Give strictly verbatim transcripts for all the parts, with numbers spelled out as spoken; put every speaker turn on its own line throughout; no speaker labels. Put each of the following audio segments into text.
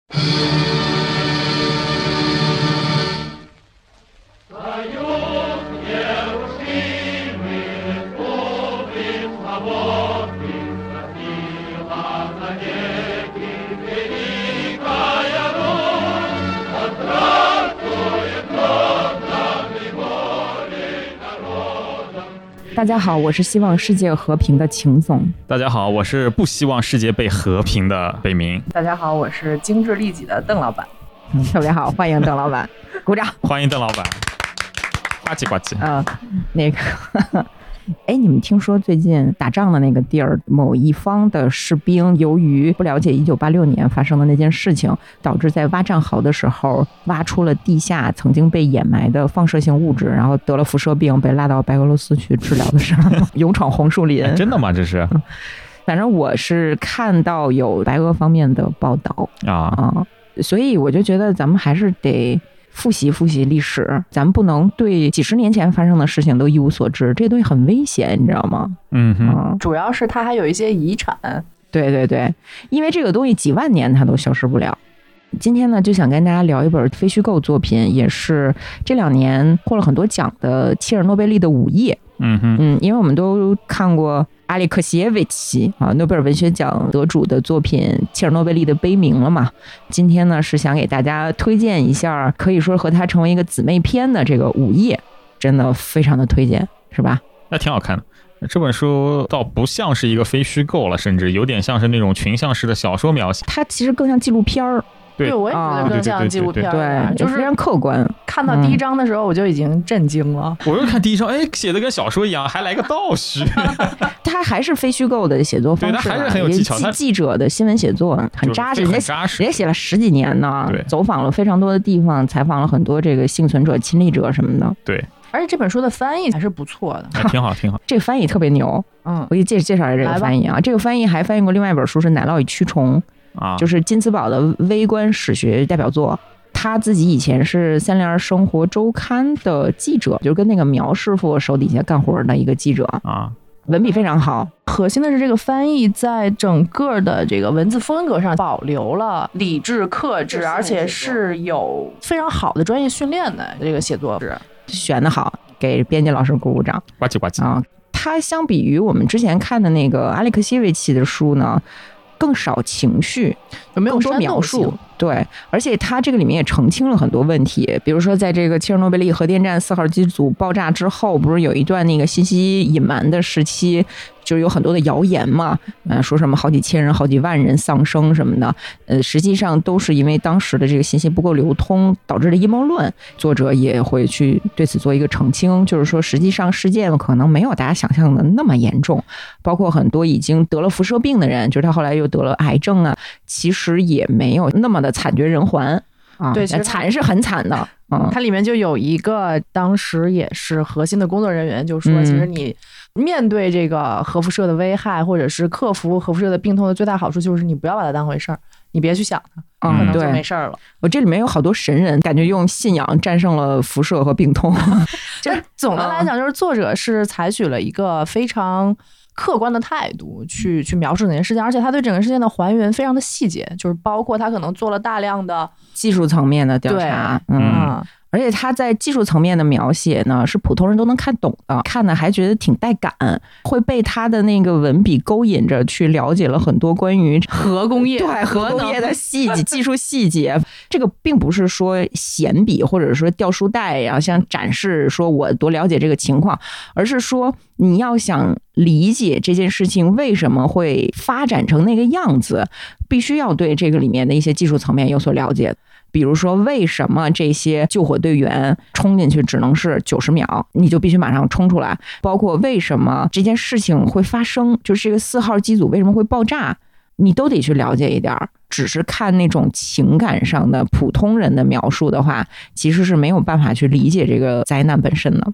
大家好，我是希望世界和平的秦总。
大家好，我是不希望世界被和平的北明。
大家好，我是精致利己的邓老板。
嗯，特别好，欢迎邓老板，鼓掌！
欢迎邓老板，呱唧呱唧。
嗯、呃，那个，哎，你们听说最近打仗的那个地儿，某一方的士兵由于不了解一九八六年发生的那件事情，导致在挖战壕的时候挖出了地下曾经被掩埋的放射性物质，然后得了辐射病，被拉到白俄罗斯去治疗的事儿，勇闯红树林。
真的吗？这是？
反正我是看到有白俄方面的报道啊啊，所以我就觉得咱们还是得复习复习历史，咱们不能对几十年前发生的事情都一无所知，这东西很危险，你知道吗？
嗯哼，
嗯，主要是它还有一些遗产。
对对对，因为这个东西几万年它都消失不了。今天呢，就想跟大家聊一本非虚构作品，也是这两年获了很多奖的切尔诺贝利的午夜。
嗯哼，
嗯，因为我们都看过阿列克谢耶维奇啊，诺贝尔文学奖得主的作品《切尔诺贝利的悲鸣》了嘛。今天呢，是想给大家推荐一下，可以说和它成为一个姊妹篇的这个《午夜》，真的非常的推荐，是吧？
那挺好看的。这本书倒不像是一个非虚构了，甚至有点像是那种群像式的小说描写。
它其实更像纪录片儿。
对，
我也觉得更像纪录片，
对，
就是
非常客观。
看到第一章的时候，我就已经震惊了。
嗯、我又看第一章，哎，写的跟小说一样，还来个倒叙。
他还是非虚构的写作方式，
对，他还是很有技巧。
他记者的新闻写作很扎实，
很扎实，
人家写了十几年呢，
对，
走访了非常多的地方，采访了很多这个幸存者、亲历者什么的。
对，
而且这本书的翻译还是不错的，
还挺好，挺好。
这个翻译特别牛，
嗯，
我给你介介绍一下这个翻译啊。这个翻译还翻译过另外一本书，是《奶酪与蛆虫》。啊，就是金茨堡的微观史学代表作。他自己以前是三联生活周刊的记者，就是跟那个苗师傅手底下干活的一个记者
啊，
文笔非常好。
核心的是这个翻译在整个的这个文字风格上保留了理智克制，而且是有非常好的专业训练的这个写作是
选得好，给编辑老师鼓鼓掌，
呱唧呱唧
啊！他相比于我们之前看的那个阿列克谢维奇的书呢，更少情绪，
有没有
更多描述？对，而且它这个里面也澄清了很多问题，比如说在这个切尔诺贝利核电站四号机组爆炸之后，不是有一段那个信息隐瞒的时期，就是有很多的谣言嘛，呃，说什么好几千人、好几万人丧生什么的，呃，实际上都是因为当时的这个信息不够流通导致的阴谋论。作者也会去对此做一个澄清，就是说实际上事件可能没有大家想象的那么严重，包括很多已经得了辐射病的人，就是他后来又得了癌症啊，其实也没有那么的惨绝人寰啊。
对，其实
惨是很惨的。嗯，
它里面就有一个当时也是核心的工作人员就说，其实你面对这个核辐射的危害，或者是克服核辐射的病痛的最大好处，就是你不要把它当回事儿，你别去想它，可能就没事儿了。
我这里面有好多神人，感觉用信仰战胜了辐射和病痛。
就总的来讲，就是作者是采取了一个非常客观的态度去去描述整件事情，而且他对整个事件的还原非常的细节，就是包括他可能做了大量的
技术层面的调查，嗯，而且他在技术层面的描写呢，是普通人都能看懂的，看的还觉得挺带感，会被他的那个文笔勾引着去了解了很多关于
核工业、
对核工业的细节、技术细节。这个并不是说闲笔或者说掉书袋呀，像展示说我多了解这个情况，而是说你要想理解这件事情为什么会发展成那个样子，必须要对这个里面的一些技术层面有所了解。比如说为什么这些救火队员冲进去只能是九十秒，你就必须马上冲出来，包括为什么这件事情会发生，就是这个四号机组为什么会爆炸，你都得去了解一点。只是看那种情感上的普通人的描述的话，其实是没有办法去理解这个灾难本身的。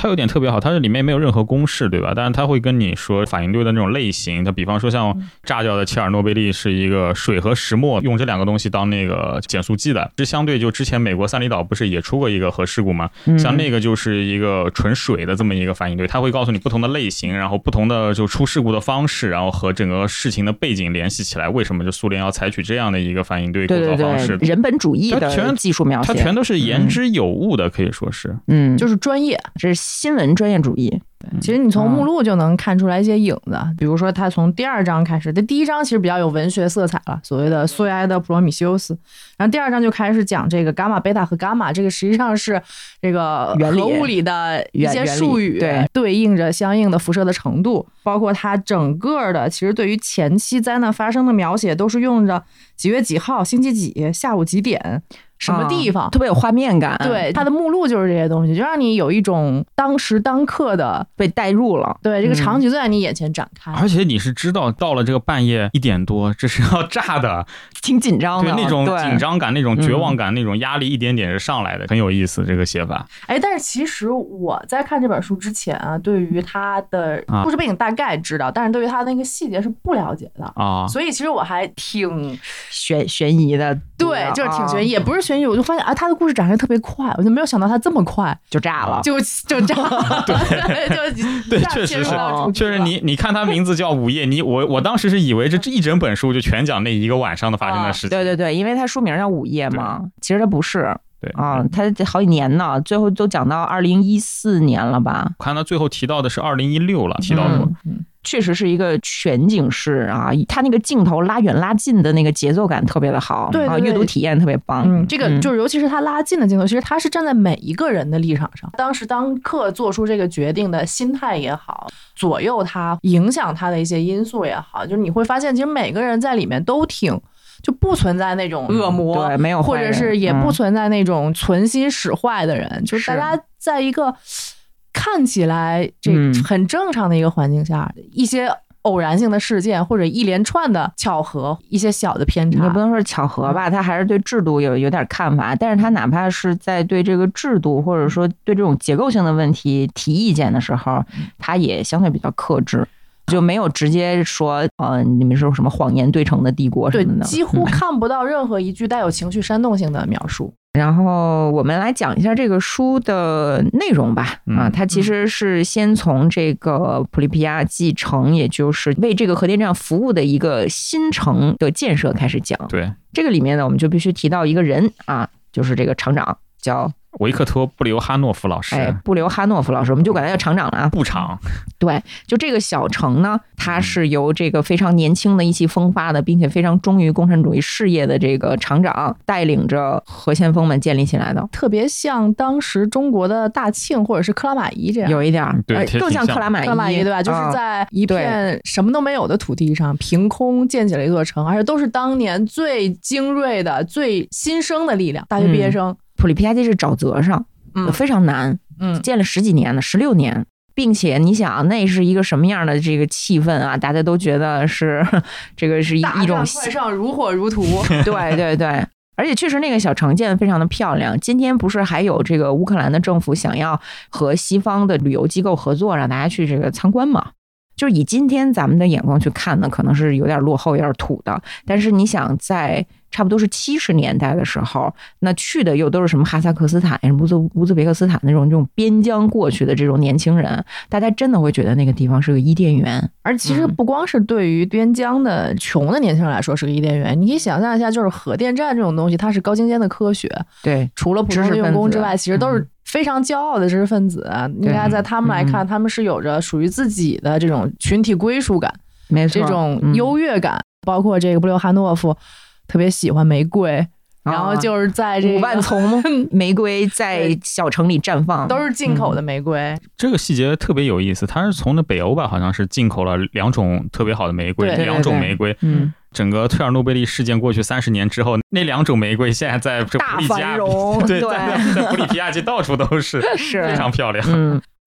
它有点特别好，它是里面没有任何公式，对吧？但是它会跟你说反应堆的那种类型，它比方说像炸掉的切尔诺贝利是一个水和石墨用这两个东西当那个减速剂的，这相对就之前美国三里岛不是也出过一个核事故吗？
嗯、
像那个就是一个纯水的这么一个反应堆，它会告诉你不同的类型，然后不同的就出事故的方式，然后和整个事情的背景联系起来，为什么就苏联要采取这样的一个反应堆构造方式？
对对对，人本主义的技术描写，
它全都是言之有物的，嗯、可以说是，
嗯，
就是专业，
这是新闻专业主义。
其实你从目录就能看出来一些影子，嗯、比如说他从第二章开始，这第一章其实比较有文学色彩了，所谓的苏维埃的普罗米修斯，然后第二章就开始讲这个伽马、贝塔和伽马，这个实际上是这个核物理的一些术语，
对，
对应着相应的辐射的程度，包括它整个的其实对于前期灾难发生的描写都是用着几月几号、星期几、下午几点。什么地方、
啊、特别有画面感？
对，它的目录就是这些东西，就让你有一种当时当刻的
被带入了。
对，这个场景就在你眼前展开，
嗯、而且你是知道到了这个半夜一点多，这是要炸的，
挺紧张的，
对那种紧张感、那种绝望感、嗯、那种压力一点点是上来的，很有意思这个写法。
哎，但是其实我在看这本书之前啊，对于它的故事背景大概知道，啊、但是对于它的那个细节是不了解的啊，所以其实我还挺
悬悬疑的。
对，就是挺悬疑，也不是悬疑，我就发现啊，他的故事展开特别快，我就没有想到他这么快
就炸了，
就就炸了，对，就
对，确实是，确实你你看他名字叫午夜，你我我当时是以为这一整本书就全讲那一个晚上的发生的事情，
对对对，因为他书名叫午夜嘛，其实他不是。
对
啊，他好几年呢，最后都讲到二零一四年了吧？
我看他最后提到的是二零一六了，提到过。
嗯嗯确实是一个全景式啊，他那个镜头拉远拉近的那个节奏感特别的好，
对对对，
啊，阅读体验特别棒。
嗯，这个就是尤其是他拉近的镜头，其实他是站在每一个人的立场上，当时当刻做出这个决定的心态也好，左右他、影响他的一些因素也好，就是你会发现，其实每个人在里面都挺。就不存在那种恶魔，
对，没有，
或者是也不存在那种存心使坏的人，嗯、就是大家在一个看起来这很正常的一个环境下，嗯、一些偶然性的事件或者一连串的巧合，一些小的偏差，
也不能说是巧合吧，他还是对制度有有点看法，但是他哪怕是在对这个制度或者说对这种结构性的问题提意见的时候，他也相对比较克制。就没有直接说，呃，你们说什么谎言堆成的帝国什么的，
对，几乎看不到任何一句带有情绪煽动性的描述。
然后我们来讲一下这个书的内容吧。啊，它其实是先从这个普利皮亚季城，也就是为这个核电站服务的一个新城的建设开始讲。
对，
这个里面呢，我们就必须提到一个人啊，就是这个厂长叫
维克托·布留哈诺夫老师。
哎，布留哈诺夫老师，我们就管他叫厂长了啊。
布厂。
对，就这个小城呢，它是由这个非常年轻的、意气风发的，并且非常忠于共产主义事业的这个厂长带领着核先锋们建立起来的，
特别像当时中国的大庆或者是克拉玛依这样，
有一点儿，
对，
更像克拉玛依，
克拉玛依对吧？就是在一片什么都没有的土地上，凭空建起了一座城，而且都是当年最精锐的、最新生的力量，大学毕业生。
嗯、普利皮亚季是沼泽上。嗯，非常难，
嗯，
建了十几年了，十六年，并且你想，那是一个什么样的这个气氛啊？大家都觉得是这个是一一种
快上如火如荼，
对对对，而且确实那个小城建得非常的漂亮。今天不是还有这个乌克兰的政府想要和西方的旅游机构合作，让大家去这个参观嘛？就是以今天咱们的眼光去看呢，可能是有点落后、有点土的。但是你想，在差不多是七十年代的时候，那去的又都是什么哈萨克斯坦、乌兹乌兹别克斯坦那种这种边疆过去的这种年轻人，大家真的会觉得那个地方是个伊甸园。
而其实不光是对于边疆的穷的年轻人来说是个伊甸园，你可以想象一下，就是核电站这种东西，它是高精尖的科学，
对，
除了普通的用工之外，其实都是非常骄傲的知识分子。应该在他们来看，他们是有着属于自己的这种群体归属感，
没错，
这种优越感。嗯、包括这个布留哈诺夫特别喜欢玫瑰，然后就是在这个
五万丛玫瑰在小城里绽放，
都是进口的玫瑰。
嗯、这个细节特别有意思，它是从那北欧吧，好像是进口了两种特别好的玫瑰，两种玫瑰。
嗯。
整个特尔诺贝利事件过去三十年之后，那两种玫瑰现在在这普利皮亚，
大繁荣，
对，在在普利皮亚季到处都是，
是
非常漂亮。
嗯，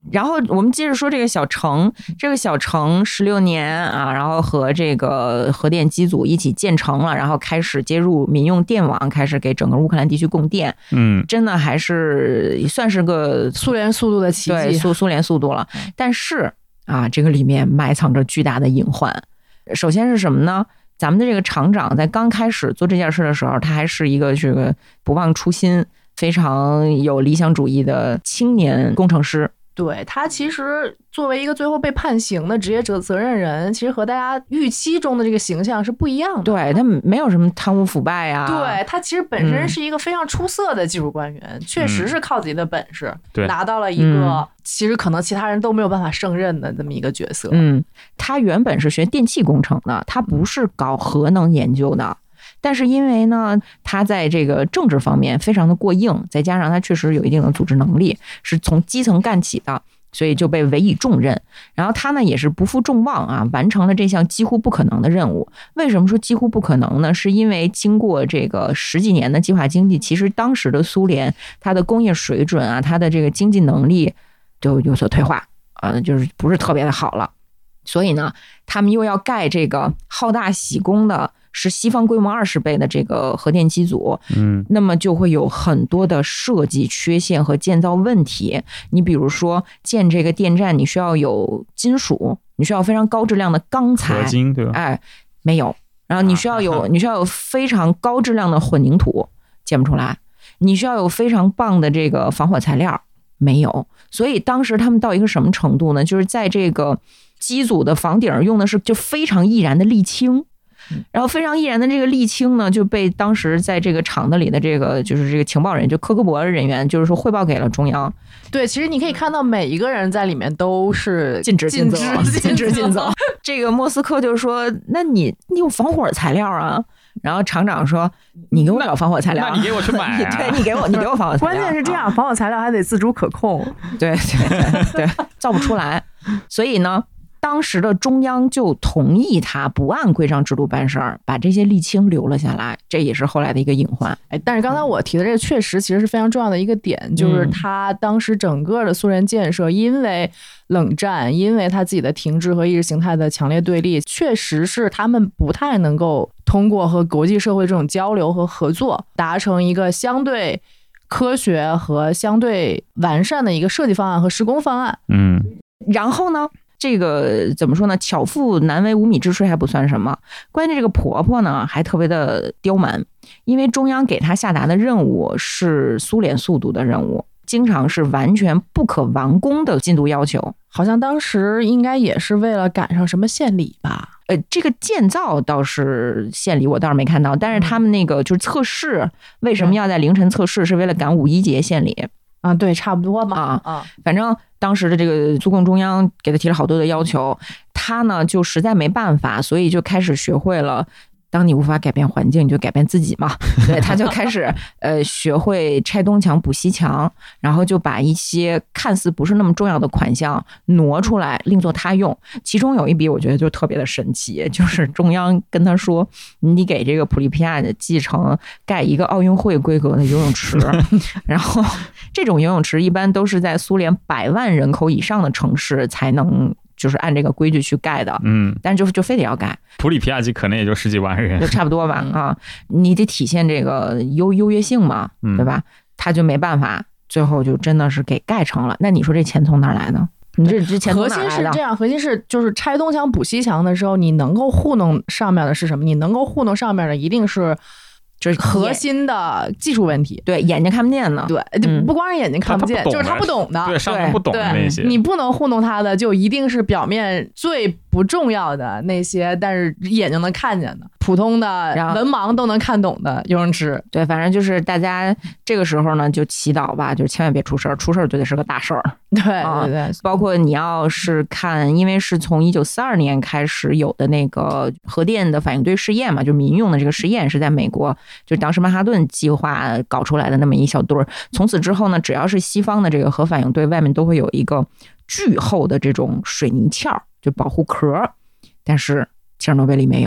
然后我们接着说这个小城，这个小城十六年啊，然后和这个核电机组一起建成了，然后开始接入民用电网，开始给整个乌克兰地区供电。
嗯，
真的还是算是个
苏联速度的奇迹，
对苏苏联速度了。但是啊，这个里面埋藏着巨大的隐患。首先是什么呢？咱们的这个厂长在刚开始做这件事的时候，他还是一个这个不忘初心、非常有理想主义的青年工程师。
对，他其实作为一个最后被判刑的职业责责任人，其实和大家预期中的这个形象是不一样的。
对，他没有什么贪污腐败呀、啊。
对，他其实本身是一个非常出色的技术官员，嗯、确实是靠自己的本事、嗯、拿到了一个、嗯、其实可能其他人都没有办法胜任的这么一个角色。
嗯，他原本是学电气工程的，他不是搞核能研究的。但是因为呢，他在这个政治方面非常的过硬，再加上他确实有一定的组织能力，是从基层干起的，所以就被委以重任。然后他呢也是不负众望啊，完成了这项几乎不可能的任务。为什么说几乎不可能呢？是因为经过这个十几年的计划经济，其实当时的苏联它的工业水准啊，它的这个经济能力就有所退化啊，就是不是特别的好了。所以呢，他们又要盖这个好大喜功的。是西方规模二十倍的这个核电机组，
嗯，
那么就会有很多的设计缺陷和建造问题。你比如说建这个电站，你需要有金属，你需要非常高质量的钢材，
合金对吧？
哎，没有。然后你需要有，啊、你需要有非常高质量的混凝土，建不出来。你需要有非常棒的这个防火材料，没有。所以当时他们到一个什么程度呢？就是在这个机组的房顶用的是就非常易燃的沥青。然后非常易燃的这个沥青呢，就被当时在这个厂子里的这个就是这个情报人，就科科博人员，就是说汇报给了中央。
对，其实你可以看到每一个人在里面都是
尽职尽责，尽职尽责。这个莫斯科就说：“那你你有防火材料啊？”然后厂长说：“你给我找防火材料，
那你给我去买、啊。
对，你给我，你给我防火材料。
关键是这样，防火材料还得自主可控。
对对对对，造不出来。所以呢。”当时的中央就同意他不按规章制度办事儿，把这些沥青留了下来，这也是后来的一个隐患。
哎，但是刚才我提的这个确实其实是非常重要的一个点，就是他当时整个的苏联建设，因为冷战，因为他自己的停滞和意识形态的强烈对立，确实是他们不太能够通过和国际社会这种交流和合作，达成一个相对科学和相对完善的一个设计方案和施工方案。
嗯，
然后呢？这个怎么说呢？巧妇难为无米之炊还不算什么，关键这个婆婆呢还特别的刁蛮，因为中央给她下达的任务是苏联速度的任务，经常是完全不可完工的进度要求。
好像当时应该也是为了赶上什么献礼吧？
呃，这个建造倒是献礼，我倒是没看到，但是他们那个就是测试，为什么要在凌晨测试？是为了赶五一节献礼。
啊，对，差不多嘛。
啊
啊，
反正当时的这个苏共中央给他提了好多的要求，他呢就实在没办法，所以就开始学会了。当你无法改变环境，你就改变自己嘛。对，他就开始呃学会拆东墙补西墙，然后就把一些看似不是那么重要的款项挪出来，另作他用。其中有一笔我觉得就特别的神奇，就是中央跟他说，你给这个普利皮亚的继承盖一个奥运会规格的游泳池，然后这种游泳池一般都是在苏联百万人口以上的城市才能。就是按这个规矩去盖的，
嗯，
但是就就非得要盖。
普里皮亚季可能也就十几万人，
就差不多吧啊，你得体现这个优优越性嘛，对吧？他就没办法，最后就真的是给盖成了。那你说这钱从哪儿来的？你这这钱从哪儿来的？
核心是这样，核心是就是拆东墙补西墙的时候，你能够糊弄上面的是什么？你能够糊弄上面的一定是。就是核心的技术问题，
对，眼睛看不见的，
对，
嗯、
不光是眼睛看不见，
不
就是他不懂的，
对，上面不懂的那些，
你不能糊弄他的，就一定是表面最不重要的那些，但是眼睛能看见的，普通的文盲都能看懂的游泳池。
对，反正就是大家这个时候呢，就祈祷吧，就千万别出事儿，出事儿就得是个大事儿。
对对对、
啊，包括你要是看，因为是从一九四二年开始有的那个核电的反应堆试验嘛，就民用的这个实验是在美国，就当时曼哈顿计划搞出来的那么一小堆儿。从此之后呢，只要是西方的这个核反应堆外面都会有一个巨厚的这种水泥壳，就保护壳，但是切尔诺贝利没有。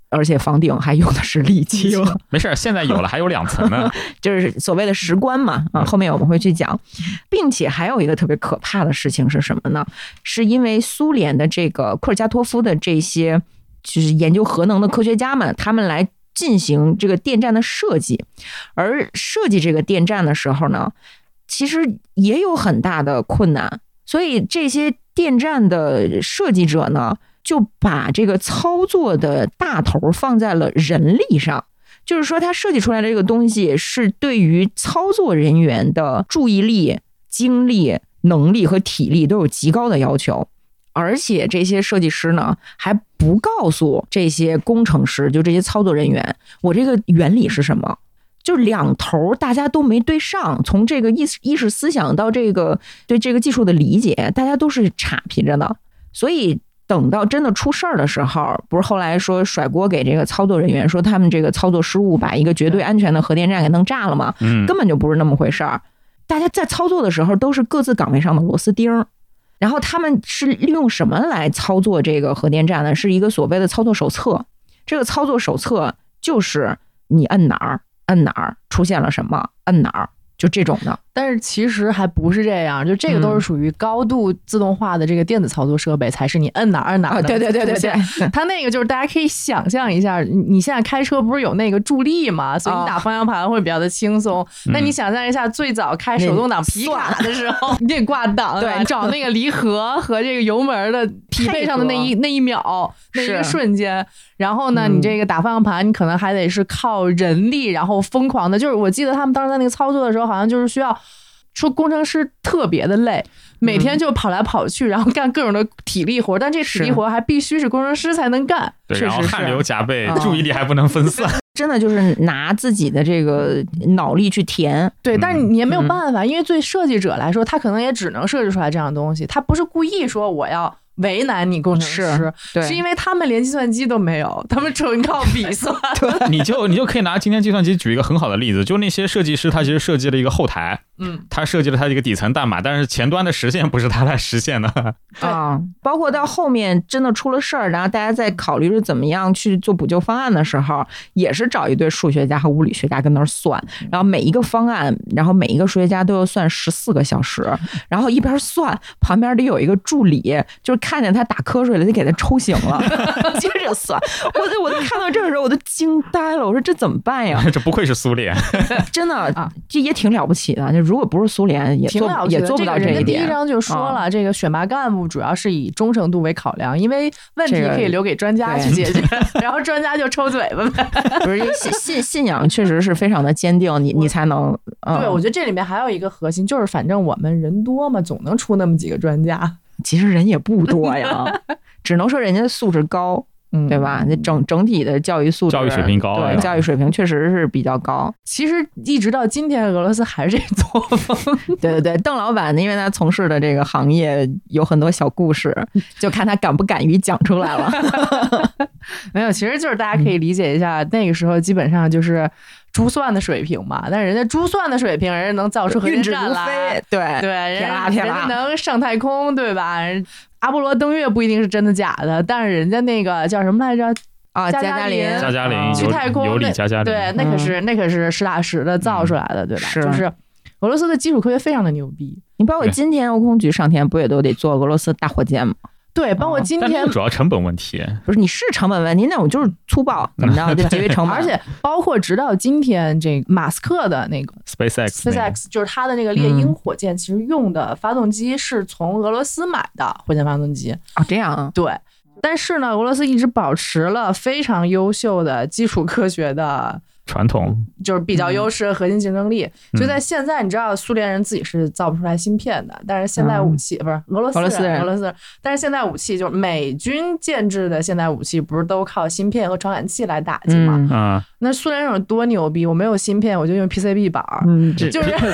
而且房顶还用的是沥青。
没事，现在有了还有两层呢，
就是所谓的石棺嘛啊，后面我们会去讲。并且还有一个特别可怕的事情是什么呢？是因为苏联的这个库尔加托夫的这些就是研究核能的科学家们，他们来进行这个电站的设计，而设计这个电站的时候呢，其实也有很大的困难，所以这些电站的设计者呢，就把这个操作的大头放在了人力上。就是说他设计出来的这个东西是对于操作人员的注意力、精力、能力和体力都有极高的要求，而且这些设计师呢还不告诉这些工程师，就这些操作人员，我这个原理是什么，就两头大家都没对上，从这个意意识思想到这个对这个技术的理解，大家都是岔劈着的。所以等到真的出事儿的时候，不是后来说甩锅给这个操作人员，说他们这个操作失误把一个绝对安全的核电站给弄炸了吗？
嗯，
根本就不是那么回事儿。大家在操作的时候都是各自岗位上的螺丝钉，然后他们是利用什么来操作这个核电站呢？是一个所谓的操作手册。这个操作手册就是你摁哪儿摁哪儿出现了什么，摁哪儿，就这种的。
但是其实还不是这样，就这个都是属于高度自动化的这个电子操作设备，才是你摁哪儿摁哪儿的。
对对对对对，
它那个就是大家可以想象一下，你现在开车不是有那个助力嘛，所以你打方向盘会比较的轻松。那你想象一下，最早开手动挡皮卡的时候，你得挂档，对，找那个离合和这个油门的匹配上的那一那一秒那一个瞬间。然后呢，你这个打方向盘，你可能还得是靠人力，然后疯狂的，就是我记得他们当时在那个操作的时候，好像就是需要。说工程师特别的累，每天就跑来跑去，然后干各种的体力活，但这体力活还必须是工程师才能干。
对，然后汗流浃背，注意力还不能分散。
真的就是拿自己的这个脑力去填。
对，但是你也没有办法，因为对设计者来说，他可能也只能设计出来这样的东西，他不是故意说我要为难你工程师，
是, 对
是因为他们连计算机都没有，他们纯靠笔算。
你就你就可以拿今天计算机举一个很好的例子，就那些设计师他其实设计了一个后台，嗯，他设计了他一个底层代码，但是前端的实现不是他来实现的
啊。包括到后面真的出了事儿，然后大家在考虑是怎么样去做补救方案的时候，也是找一堆数学家和物理学家跟那儿算，然后每一个方案，然后每一个数学家都要算十四个小时，然后一边算旁边得有一个助理，就是看见他打瞌睡了就给他抽醒了接着算。我我看到这个时候我都惊呆了，我说这怎么办呀？
这不愧是苏联
真的啊，这也挺了不起的，就如果不是苏联也做也做不到这一点。
第一章就说了、啊、这个选拔干部主要是以忠诚度为考量，因为问题可以留给专家去解决、这个、然后专家就抽嘴巴呗。
不是信信信仰确实是非常的坚定，你你才能、
嗯、对，我觉得这里面还有一个核心就是反正我们人多嘛，总能出那么几个专家。
其实人也不多呀只能说人家的素质高，嗯，对吧？那整整体的教育素质、
教育水平高，
对，教育水平确实是比较高。
其实一直到今天，俄罗斯还是这作风。
对对对，邓老板呢，因为他从事的这个行业有很多小故事，就看他敢不敢于讲出来了。
没有，其实就是大家可以理解一下，那个时候基本上就是珠算的水平嘛，但是人家珠算的水平，人家能造出核电站来，
对
对，人家人家能上太空，对吧？阿波罗登月不一定是真的假的，但是人家那个叫什么来着？
啊，加
加
林，
加加林
去太空，
尤里加加林，
对，那可是、嗯、那可是实打实的造出来的，对吧？
是，
就是俄罗斯的基础科学非常的牛逼。
你包括今天欧空局上天不也都得做俄罗斯大火箭吗？
对，包括今天、
哦、主要成本问题，
不是你是成本问题，那种就是粗暴怎么着就节约成本，
而且包括直到今天，这个马斯克的那个
SpaceX
SpaceX 就是他的那个猎鹰火箭，其实用的发动机是从俄罗斯买的火箭发动机
啊，这样啊，
对。但是呢，俄罗斯一直保持了非常优秀的基础科学的
传统，
就是比较优势的核心竞争力。嗯、就在现在，你知道苏联人自己是造不出来芯片的，但是现代武器、嗯、不是俄罗斯人，俄罗斯人，俄罗斯人，但是现代武器就是美军建制的现代武器，不是都靠芯片和传感器来打击吗？
嗯啊，
那苏联人有多牛逼？我没有芯片，我就用 P C B 板，嗯，就是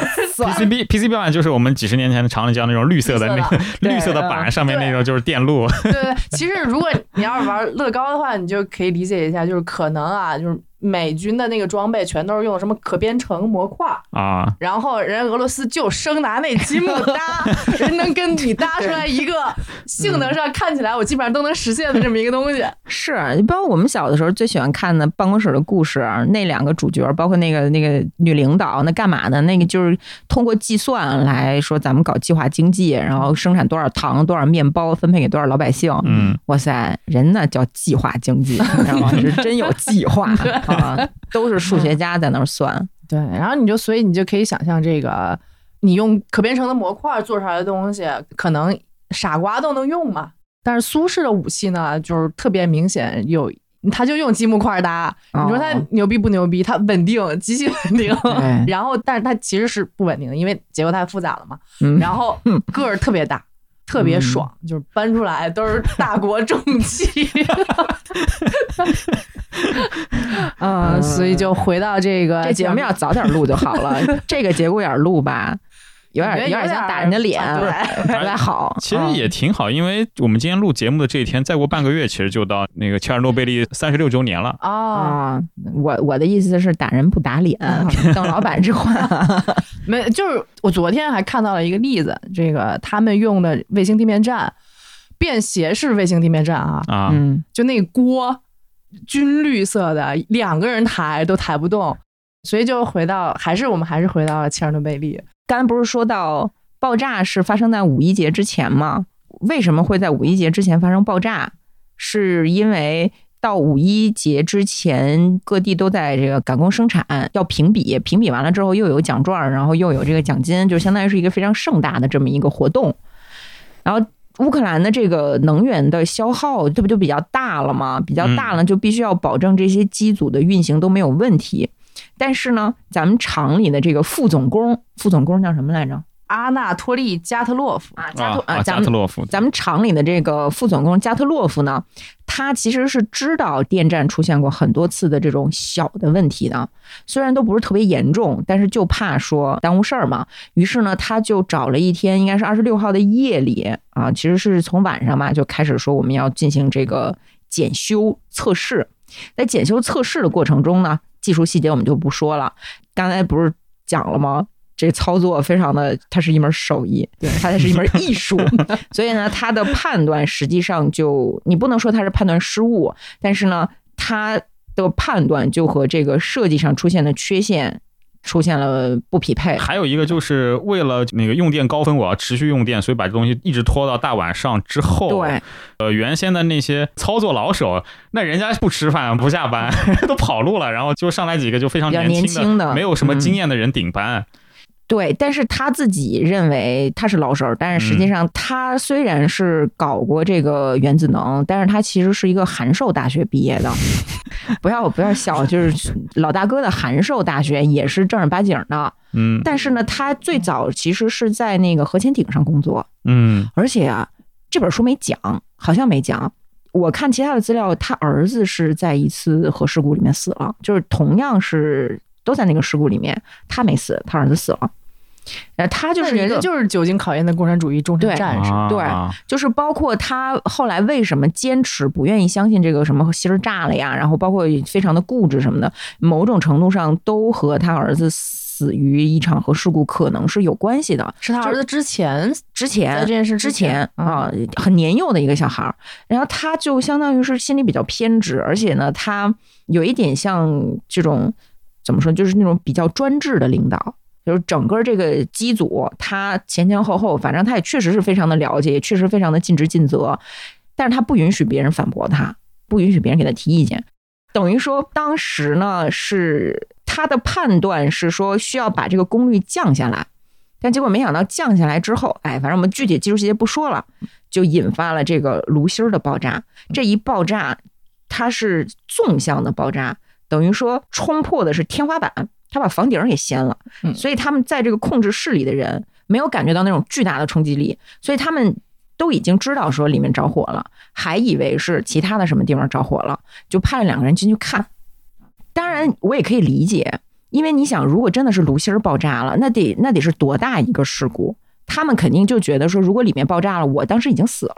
P C B P C B 板就是我们几十年前的长江那种绿色的那个绿色的板，上面那种就是电路。
对对，其实如果你要是玩乐高的话，你就可以理解一下，就是可能啊，就是。 美军的那个装备全都是用什么可编程模块
啊，
然后人俄罗斯就生拿那积木搭，人能跟你搭出来一个性能上看起来我基本上都能实现的这么一个东西。
是，包括我们小的时候最喜欢看的办公室的故事，那两个主角，包括那个那个女领导，那干嘛呢？那个就是通过计算来说，咱们搞计划经济，然后生产多少糖、多少面包，分配给多少老百姓。
嗯，
哇塞，人那叫计划经济，你知道吗？是真有计划啊，都是数学家在那儿算。
对，然后你就所以你就可以想象这个，你用可编程的模块做出来的东西，可能傻瓜都能用嘛。但是苏式的武器呢，就是特别明显有，他就用积木块搭。你说他牛逼不牛逼？它稳定，极其稳定。然后，但是它其实是不稳定的，因为结构太复杂了嘛。
嗯、
然后个儿特别大。特别爽、嗯，就是搬出来都是大国重器，嗯，所以就回到这个，
这节目要早点录就好了，这个节骨眼录吧。有点有点想打人家脸，不太好。
其实也挺好，因为我们今天录节目的这一天，再过半个月，其实就到那个切尔诺贝利三十六周年了
啊。
我我的意思是打人不打脸，邓老板这话
没，就是我昨天还看到了一个例子，这个他们用的卫星地面站，便携式卫星地面站啊
啊，
嗯，
就那锅军绿色的，两个人抬都抬不动，所以就回到还是我们还是回到了切尔诺贝利。
刚才不是说到爆炸是发生在五一节之前吗？为什么会在五一节之前发生爆炸？是因为到五一节之前，各地都在这个赶工生产，要评比，评比完了之后又有奖状，然后又有这个奖金，就相当于是一个非常盛大的这么一个活动。然后乌克兰的这个能源的消耗，这不就比较大了吗？比较大了，就必须要保证这些机组的运行都没有问题。但是呢，咱们厂里的这个副总工，副总工叫什么来着？
阿纳托利加特洛夫
啊，加特
啊，加特洛夫。
咱们厂里的这个副总工加特洛夫呢，他其实是知道电站出现过很多次的这种小的问题的，虽然都不是特别严重，但是就怕说耽误事儿嘛。于是呢，他就找了一天，应该是二十六号的夜里啊，其实是从晚上嘛就开始说我们要进行这个检修测试。在检修测试的过程中呢，技术细节我们就不说了。刚才不是讲了吗？这操作非常的，它是一门手艺，对，它是一门艺术。所以呢，它的判断实际上就你不能说它是判断失误，但是呢，它的判断就和这个设计上出现的缺陷出现了不匹配。
还有一个就是为了那个用电高峰，我要持续用电，所以把这东西一直拖到大晚上之后。
对，
呃，原先的那些操作老手，那人家不吃饭不下班都跑路了，然后就上来几个就非常年轻的，
年轻的
没有什么经验的人顶班。
嗯对，但是他自己认为他是老手，但是实际上他虽然是搞过这个原子能，但是他其实是一个函授大学毕业的。不要不要笑，就是老大哥的函授大学也是正儿八经的。
嗯，
但是呢，他最早其实是在那个核潜艇上工作。
嗯，
而且啊，这本书没讲，好像没讲。我看其他的资料，他儿子是在一次核事故里面死了，就是同样是。都在那个事故里面，他没死，他儿子死了。呃，他就是
人家就是久经考验的共产主义终身战士，
对，对，就是包括他后来为什么坚持不愿意相信这个什么芯儿炸了呀，然后包括非常的固执什么的，某种程度上都和他儿子死于一场核事故可能是有关系的。
是他儿子之前
之前
这件事
之前啊、嗯，很年幼的一个小孩，然后他就相当于是心里比较偏执，而且呢，他有一点像这种。怎么说，就是那种比较专制的领导，就是整个这个机组，他前前后后，反正他也确实是非常的了解，也确实非常的尽职尽责，但是他不允许别人反驳他，不允许别人给他提意见。等于说，当时呢是他的判断是说需要把这个功率降下来，但结果没想到降下来之后，哎，反正我们具体技术细节不说了，就引发了这个炉芯的爆炸。这一爆炸，它是纵向的爆炸。等于说冲破的是天花板，他把房顶给掀了，所以他们在这个控制室里的人没有感觉到那种巨大的冲击力，所以他们都已经知道说里面着火了，还以为是其他的什么地方着火了，就派了两个人进去看。当然我也可以理解，因为你想，如果真的是炉芯爆炸了，那得那得是多大一个事故，他们肯定就觉得说，如果里面爆炸了，我当时已经死了，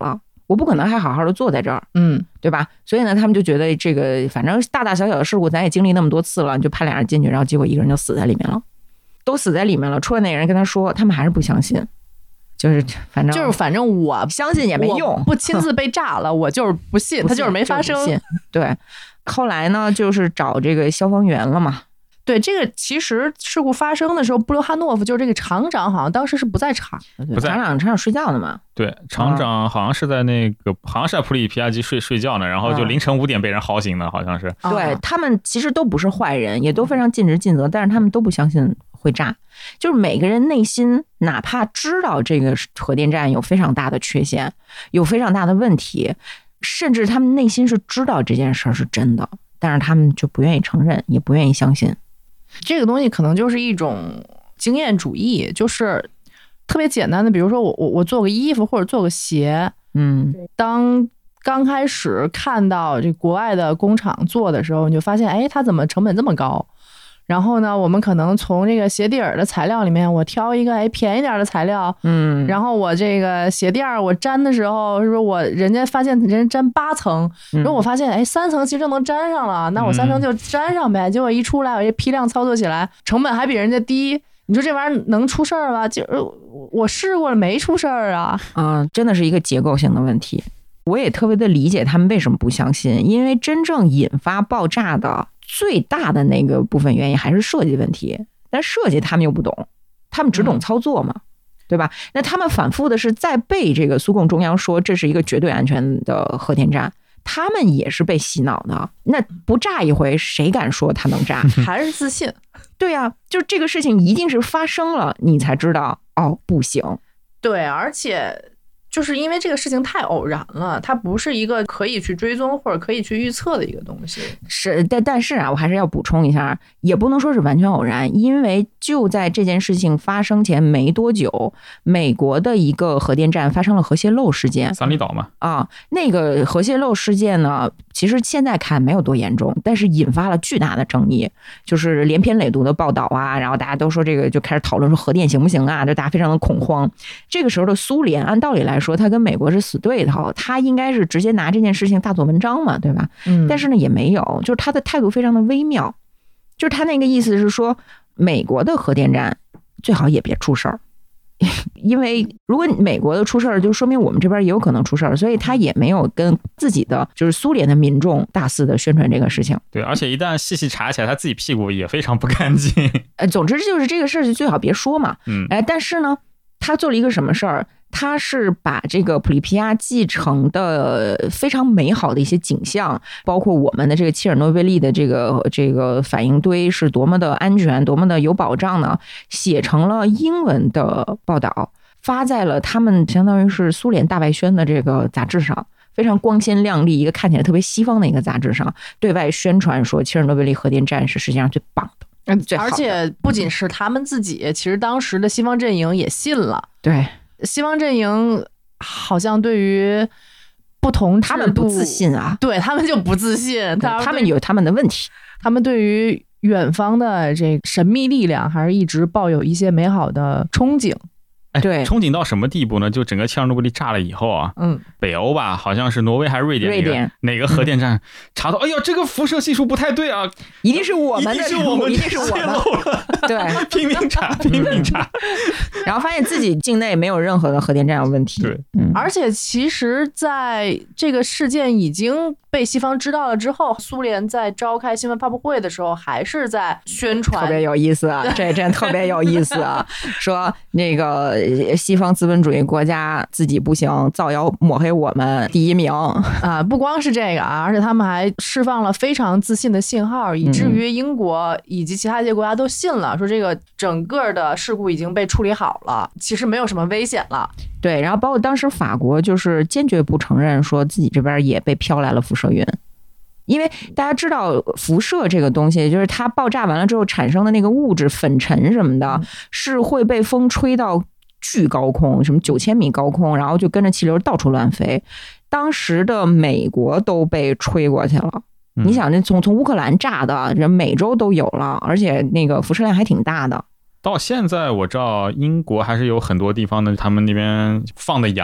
我不可能还好好的坐在这儿，
嗯，
对吧？所以呢，他们就觉得这个反正大大小小的事故咱也经历那么多次了，就派俩人进去，然后结果一个人就死在里面了，都死在里面了。出来那个人跟他说，他们还是不相信，就是反正
就是反正我
相信也没用，
不亲自被炸了，我就是不信，他就是没发生。
对，后来呢，就是找这个消防员了嘛。
对，这个其实事故发生的时候，布留哈诺夫就是这个厂长，好像当时是不在场的，
不在
厂长厂长睡觉呢嘛。
对，厂长好像是在那个，哦、好像是在普里皮亚基睡睡觉呢，然后就凌晨五点被人嚎醒的，好像是。
嗯、对他们其实都不是坏人，也都非常尽职尽责，但是他们都不相信会炸。就是每个人内心哪怕知道这个核电站有非常大的缺陷，有非常大的问题，甚至他们内心是知道这件事是真的，但是他们就不愿意承认，也不愿意相信。
这个东西可能就是一种经验主义，就是特别简单的，比如说我我我做个衣服或者做个鞋，
嗯，
当刚开始看到这国外的工厂做的时候，你就发现，哎，它怎么成本这么高？然后呢，我们可能从这个鞋底儿的材料里面，我挑一个哎便宜点的材料，
嗯，
然后我这个鞋垫儿我粘的时候，是不是我人家发现人家粘八层，
嗯、
如果我发现哎三层其实就能粘上了，那我三层就粘上呗。嗯、结果一出来，我这批量操作起来，成本还比人家低，你说这玩意儿能出事儿吗？就我试过了，没出事儿啊。
啊、嗯，真的是一个结构性的问题。我也特别的理解他们为什么不相信，因为真正引发爆炸的最大的那个部分原因还是设计问题，但设计他们又不懂，他们只懂操作嘛，嗯、对吧？那他们反复的是在被这个苏共中央说这是一个绝对安全的核电站，他们也是被洗脑的。那不炸一回，谁敢说它能炸？
还是自信？
对啊，就这个事情一定是发生了，你才知道哦，不行。
对，而且。就是因为这个事情太偶然了，它不是一个可以去追踪或者可以去预测的一个东西。
是，但但是啊，我还是要补充一下，也不能说是完全偶然，因为就在这件事情发生前没多久，美国的一个核电站发生了核泄漏事件。
三里岛嘛，
啊，那个核泄漏事件呢，其实现在看没有多严重，但是引发了巨大的争议，就是连篇累牍的报道啊，然后大家都说这个就开始讨论说核电行不行啊，就大家非常的恐慌。这个时候的苏联，按道理来说，说他跟美国是死对头，他应该是直接拿这件事情大做文章嘛，对吧？嗯，但是呢也没有，就是他的态度非常的微妙，就是他那个意思是说，美国的核电站最好也别出事儿，因为如果美国的出事儿，就说明我们这边也有可能出事儿，所以他也没有跟自己的就是苏联的民众大肆的宣传这个事情。
对，而且一旦细细查起来，他自己屁股也非常不干净。
呃，总之就是这个事儿就最好别说嘛。
嗯，
哎，但是呢，他做了一个什么事儿？他是把这个普里皮亚继承的非常美好的一些景象，包括我们的这个切尔诺贝利的这个这个反应堆是多么的安全，多么的有保障呢，写成了英文的报道，发在了他们相当于是苏联大外宣的这个杂志上，非常光鲜亮丽，一个看起来特别西方的一个杂志上，对外宣传说切尔诺贝利核电站是世界上最棒的。
而且不仅是他们自己，其实当时的西方阵营也信了。
对。
西方阵营好像对于不同制度，
他们不自信啊，
对他们就不自信，他
他们有他们的问题，
他们对于远方的这神秘力量还是一直抱有一些美好的憧憬。
对，
憧憬到什么地步呢？就整个切尔诺贝利炸了以后啊，
嗯，
北欧吧，好像是挪威还是瑞典，
瑞典
哪个核电站、嗯、查到，哎呀，这个辐射系数不太对啊，
一定是我们的，
一定是我们，
一定是我们，对，
拼命查，拼命查，
然后发现自己境内没有任何的核电站有问题。
对，
嗯，
而且其实在这个事件已经被西方知道了之后，苏联在召开新闻发布会的时候，还是在宣传，
特别有意思啊，这真特别有意思啊，说那个西方资本主义国家自己不行，造谣抹黑我们第一名
啊！不光是这个啊，而且他们还释放了非常自信的信号，以至于英国以及其他一些国家都信了，说这个整个的事故已经被处理好了，其实没有什么危险了。
对，然后包括当时法国就是坚决不承认说自己这边也被飘来了辐射云。因为大家知道辐射这个东西，就是它爆炸完了之后产生的那个物质粉尘什么的，嗯、是会被风吹到巨高空，什么九千米高空，然后就跟着气流到处乱飞。当时的美国都被吹过去了，嗯、你想，那从从乌克兰炸的，人美洲都有了，而且那个辐射量还挺大的。
到现在我知道英国还是有很多地方的，他们那边放的羊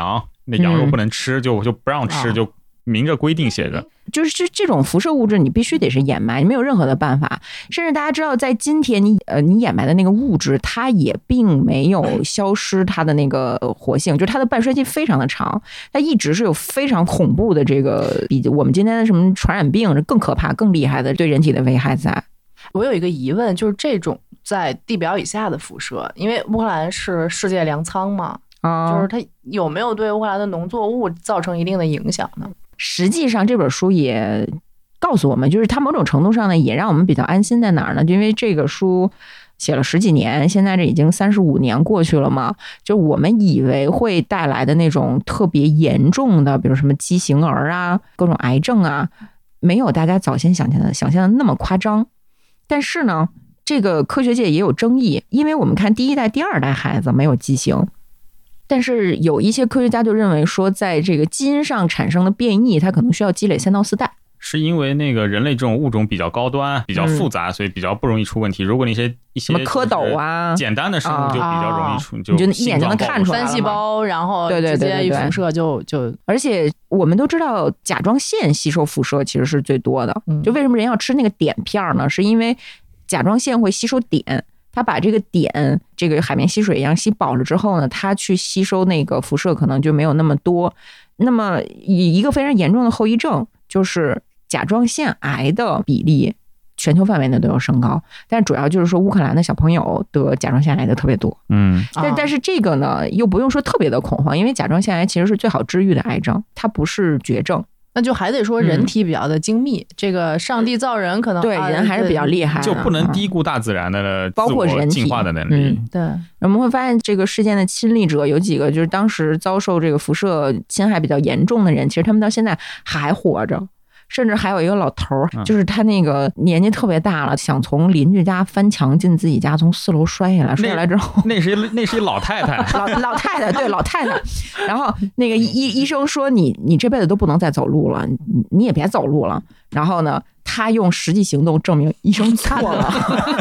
那羊肉不能吃，嗯、就就不让吃，
哦、
就明着规定写着。
就是这这种辐射物质，你必须得是掩埋，没有任何的办法。甚至大家知道，在今天你呃你掩埋的那个物质，它也并没有消失它的那个活性，就是它的半衰期非常的长，它一直是有非常恐怖的这个比我们今天的什么传染病更可怕、更厉害的对人体的危害在。
我有一个疑问，就是这种在地表以下的辐射，因为乌克兰是世界粮仓嘛，
啊、
就是它有没有对乌克兰的农作物造成一定的影响呢？
实际上这本书也告诉我们，就是它某种程度上呢也让我们比较安心在哪儿呢？就因为这个书写了十几年，现在这已经三十五年过去了嘛，就我们以为会带来的那种特别严重的，比如什么畸形儿啊、各种癌症啊，没有大家早先想象的想象的那么夸张。但是呢，这个科学界也有争议，因为我们看第一代、第二代孩子没有畸形。但是有一些科学家就认为说，在这个基因上产生的变异，它可能需要积累三到四代。
是因为那个人类这种物种比较高端、比较复杂，嗯、所以比较不容易出问题。如果那些一些
什么蝌蚪啊、
简单的生物就比较容易出，
啊、
就
你就一眼就能看出来
单细胞，然后直接一辐射就就。
而且我们都知道，甲状腺吸收辐射其实是最多的。
嗯、
就为什么人要吃那个碘片呢？是因为甲状腺会吸收碘。它把这个碘，这个海绵吸水一样吸饱了之后呢，它去吸收那个辐射可能就没有那么多。那么一个非常严重的后遗症就是甲状腺癌的比例全球范围内都有升高，但主要就是说乌克兰的小朋友得甲状腺癌的特别多。
嗯，
但但是这个呢又不用说特别的恐慌，因为甲状腺癌其实是最好治愈的癌症，它不是绝症。
那就还得说人体比较的精密，嗯、这个上帝造人可能
对、啊、人还是比较厉害的，
就不能低估大自然的
包括人体
进化的能力。
嗯、
对，
我们会发现这个事件的亲历者有几个，就是当时遭受这个辐射侵害比较严重的人，其实他们到现在还活着。甚至还有一个老头儿，就是他那个年纪特别大了，想从邻居家翻墙进自己家，从四楼摔下来，摔下来之后，
那是一那是一老太太，
老老太太，对老太太。然后那个医医生说你你这辈子都不能再走路了，你你也别走路了。然后呢，他用实际行动证明医生错了。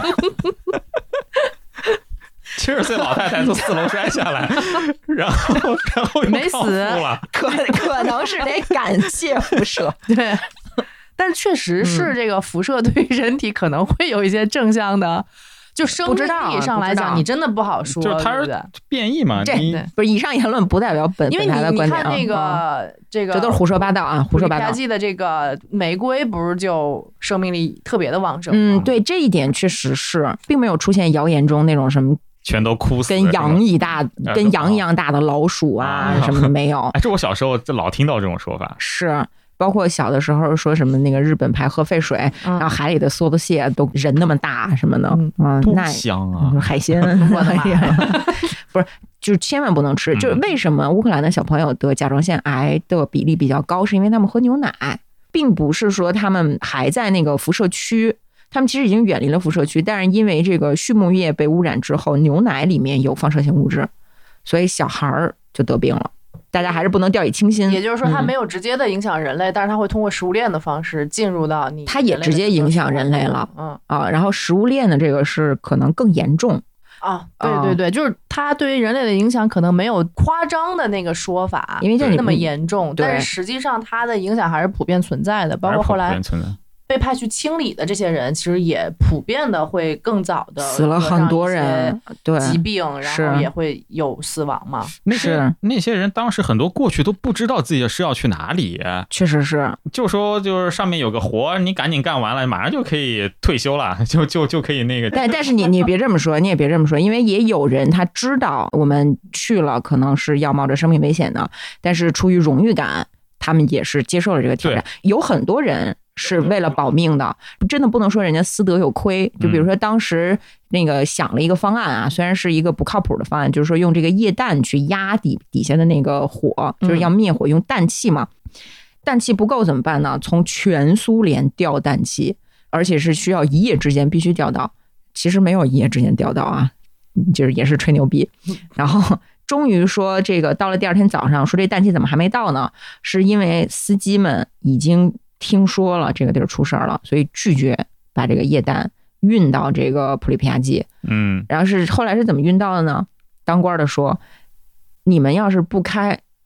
七十岁老太太从四楼摔下来，然后然后
没死，
可可能是得感谢辐射，
对。但是确实是这个辐射对于人体可能会有一些正向的，就生命力上来讲，你真的不好说，
就是它是变异嘛。
这不是以上言论不代表本
因为你
本台的观点
你看那个、
嗯、
这个，
这都是胡说八道啊，胡说八道。
普利皮亚季的这个玫瑰不是就生命力特别的旺盛吗？
嗯，对，这一点确实是，并没有出现谣言中那种什么。
全都哭死，
跟羊一大、跟羊一样大的老鼠啊，什么的没有。
哎，这我小时候就老听到这种说法。
是，包括小的时候说什么那个日本排核废水，
嗯、
然后海里的梭子蟹都人那么大什么的，
嗯，
嗯
多香啊！
海鲜，我的妈呀！不是，就是千万不能吃。就是为什么乌克兰的小朋友得甲状腺癌的比例比较高，是因为他们喝牛奶，并不是说他们还在那个辐射区。他们其实已经远离了辐射区，但是因为这个畜牧业被污染之后，牛奶里面有放射性物质，所以小孩儿就得病了。大家还是不能掉以轻心。
也就是说，它没有直接的影响人类，嗯、但是它会通过食物链的方式进入到你。
它也直接影响人类了，
嗯
啊，然后食物链的这个是可能更严重。
啊，对对对，就是它对于人类的影响可能没有夸张的那个说法，
因为就
那么严重，但是实际上它的影响还是普遍存在的，包括后来。被派去清理的这些人，其实也普遍的会更早的
死了很多人，对
疾病，然后也会有死亡嘛。
那些那些人当时很多过去都不知道自己是要去哪里，
确实是，
就说就是上面有个活，你赶紧干完了，马上就可以退休了，就就就可以那个。
但但是你你别这么说，你也别这么说，因为也有人他知道我们去了可能是要冒着生命危险的，但是出于荣誉感，他们也是接受了这个挑战。有很多人。是为了保命的，真的不能说人家私德有亏。就比如说当时那个想了一个方案啊，虽然是一个不靠谱的方案，就是说用这个液氮去压底底下的那个火，就是要灭火，用氮气嘛。氮气不够怎么办呢？从全苏联调氮气，而且是需要一夜之间必须调到。其实没有一夜之间调到啊，就是也是吹牛逼。然后终于说这个到了第二天早上，说这氮气怎么还没到呢？是因为司机们已经听说了这个地儿出事儿了，所以拒绝把这个液氮运到这个普利皮亚季。
嗯，
然后是后来是怎么运到的呢？当官的说，你们要是不开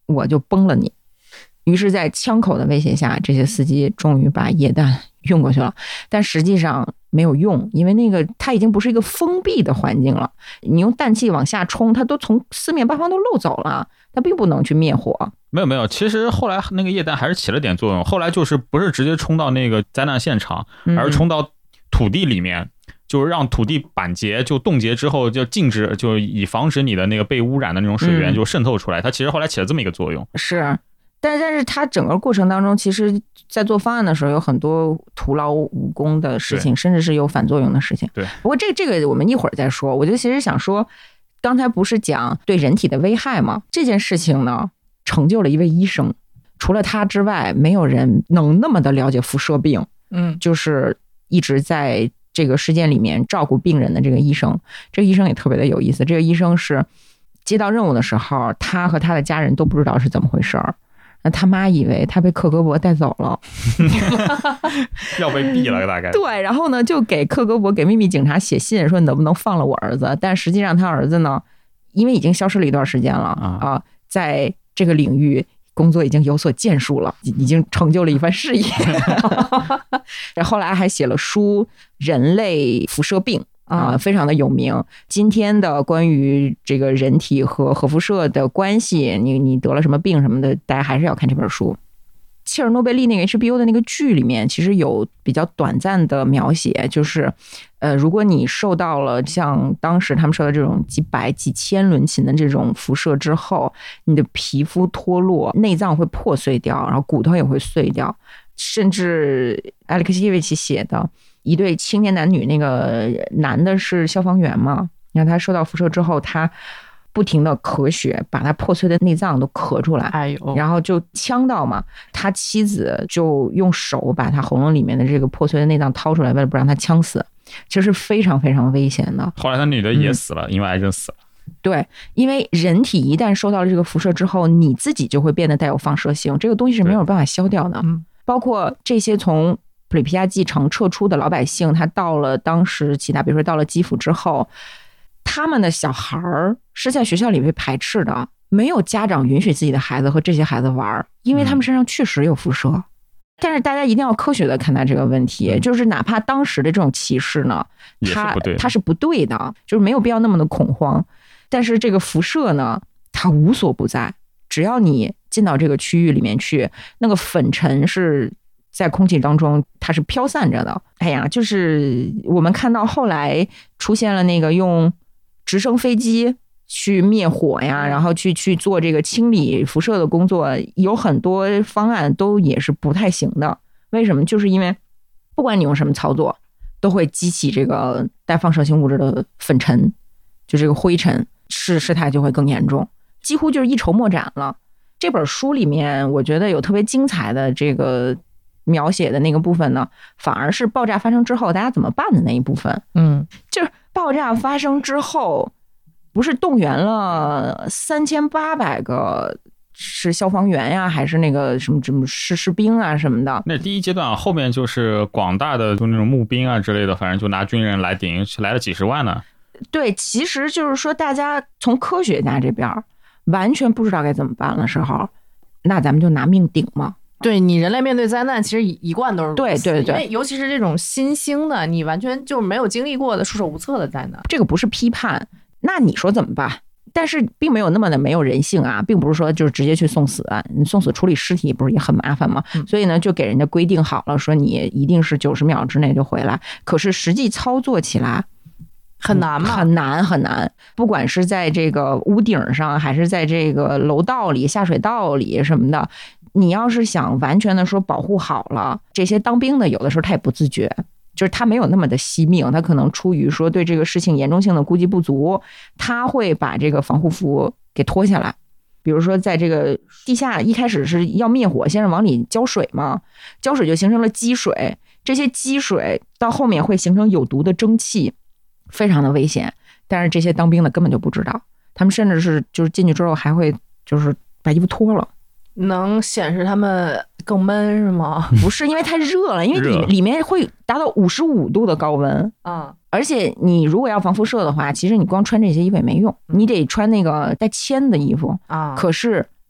我就崩了你。于是在枪口的威胁下，这些司机终于把液弹运过去了，但实际上没有用，因为那个它已经不是一个封闭的环境了，你用氮气往下冲，它都从四面八方都漏走了，它并不能去灭火。
没有没有，其实后来那个液弹还是起了点作用，后来就是不是直接冲到那个灾难现场，而是冲到土地里面，就是让土地板结，就冻结之后就静止，就以防止你的那个被污染的那种水源就渗透出来，它其实后来起了这么一个作用。
是。但但是它整个过程当中，其实在做方案的时候有很多徒劳无功的事情，甚至是有反作用的事情。
对，
不过这这个我们一会儿再说。我就其实想说，刚才不是讲对人体的危害吗？这件事情呢，成就了一位医生，除了他之外，没有人能那么的了解辐射病。
嗯，
就是一直在这个事件里面照顾病人的这个医生，这个医生也特别的有意思。这个医生是接到任务的时候，他和他的家人都不知道是怎么回事儿。那他妈以为他被克格勃带走了，
要被毙了大概。
对，然后呢，就给克格勃给秘密警察写信说你能不能放了我儿子？但实际上他儿子呢，因为已经消失了一段时间了啊、呃，在这个领域工作已经有所建树了，已经成就了一番事业。然后后来还写了书《人类辐射病》。啊，非常的有名。今天的关于这个人体和核辐射的关系，你你得了什么病什么的，大家还是要看这本书。切尔诺贝利那个 H B O 的那个剧里面，其实有比较短暂的描写，就是呃，如果你受到了像当时他们受到这种几百几千伦琴的这种辐射之后，你的皮肤脱落，内脏会破碎掉，然后骨头也会碎掉，甚至艾利克西耶维奇写的。一对青年男女，那个男的是消防员嘛，然后他受到辐射之后，他不停的咳血，把他破碎的内脏都咳出来，
哎呦，
然后就呛到嘛，他妻子就用手把他喉咙里面的这个破碎的内脏掏出来，为了不让他呛死，其实是非常非常危险的。
后来他女的也死了、嗯、因为癌症死了。
对，因为人体一旦受到了这个辐射之后，你自己就会变得带有放射性，这个东西是没有办法消掉的。包括这些从普里皮亚季城撤出的老百姓，他到了当时其他，比如说到了基辅之后，他们的小孩儿是在学校里被排斥的，没有家长允许自己的孩子和这些孩子玩，因为他们身上确实有辐射。嗯、但是大家一定要科学的看待这个问题，嗯、就是哪怕当时的这种歧视呢，它它是不对的，就是没有必要那么的恐慌。但是这个辐射呢，它无所不在，只要你进到这个区域里面去，那个粉尘是在空气当中它是飘散着的。哎呀，就是我们看到后来出现了那个用直升飞机去灭火呀，然后去去做这个清理辐射的工作，有很多方案都也是不太行的。为什么？就是因为不管你用什么操作，都会激起这个带放射性物质的粉尘，就这个灰尘，事事态就会更严重，几乎就是一筹莫展了。这本书里面我觉得有特别精彩的这个描写的那个部分呢，反而是爆炸发生之后大家怎么办的那一部分。嗯，就是爆炸发生之后，不是动员了三千八百个是消防员呀，还是那个什么什么士士兵啊什么的？
那第一阶段，后面就是广大的就那种募兵啊之类的，反正就拿军人来顶，来了几十万呢。
对，其实就是说，大家从科学家这边完全不知道该怎么办的时候，那咱们就拿命顶嘛。
对，你人类面对灾难，其实一贯都是
对对对，
因为尤其是这种新兴的，你完全就没有经历过的束手无策的灾难。
这个不是批判，那你说怎么办？但是并没有那么的没有人性啊，并不是说就是直接去送死，你送死处理尸体不是也很麻烦吗？嗯、所以呢，就给人家规定好了，说你一定是九十秒之内就回来。可是实际操作起来
很难嘛，
很难很难。不管是在这个屋顶上，还是在这个楼道里、下水道里什么的，你要是想完全的说保护好了这些当兵的，有的时候他也不自觉。就是他没有那么的惜命，他可能出于说对这个事情严重性的估计不足，他会把这个防护服给脱下来。比如说在这个地下一开始是要灭火，先是往里浇水嘛，浇水就形成了积水，这些积水到后面会形成有毒的蒸汽，非常的危险。但是这些当兵的根本就不知道，他们甚至是就是进去之后还会就是把衣服脱了。
能显示他们更闷是吗？
不是，因为太热了，因为里里面会达到五十五度的高温啊！而且你如果要防辐射的话，其实你光穿这些衣服也没用，你得穿那个带铅的衣服啊。可是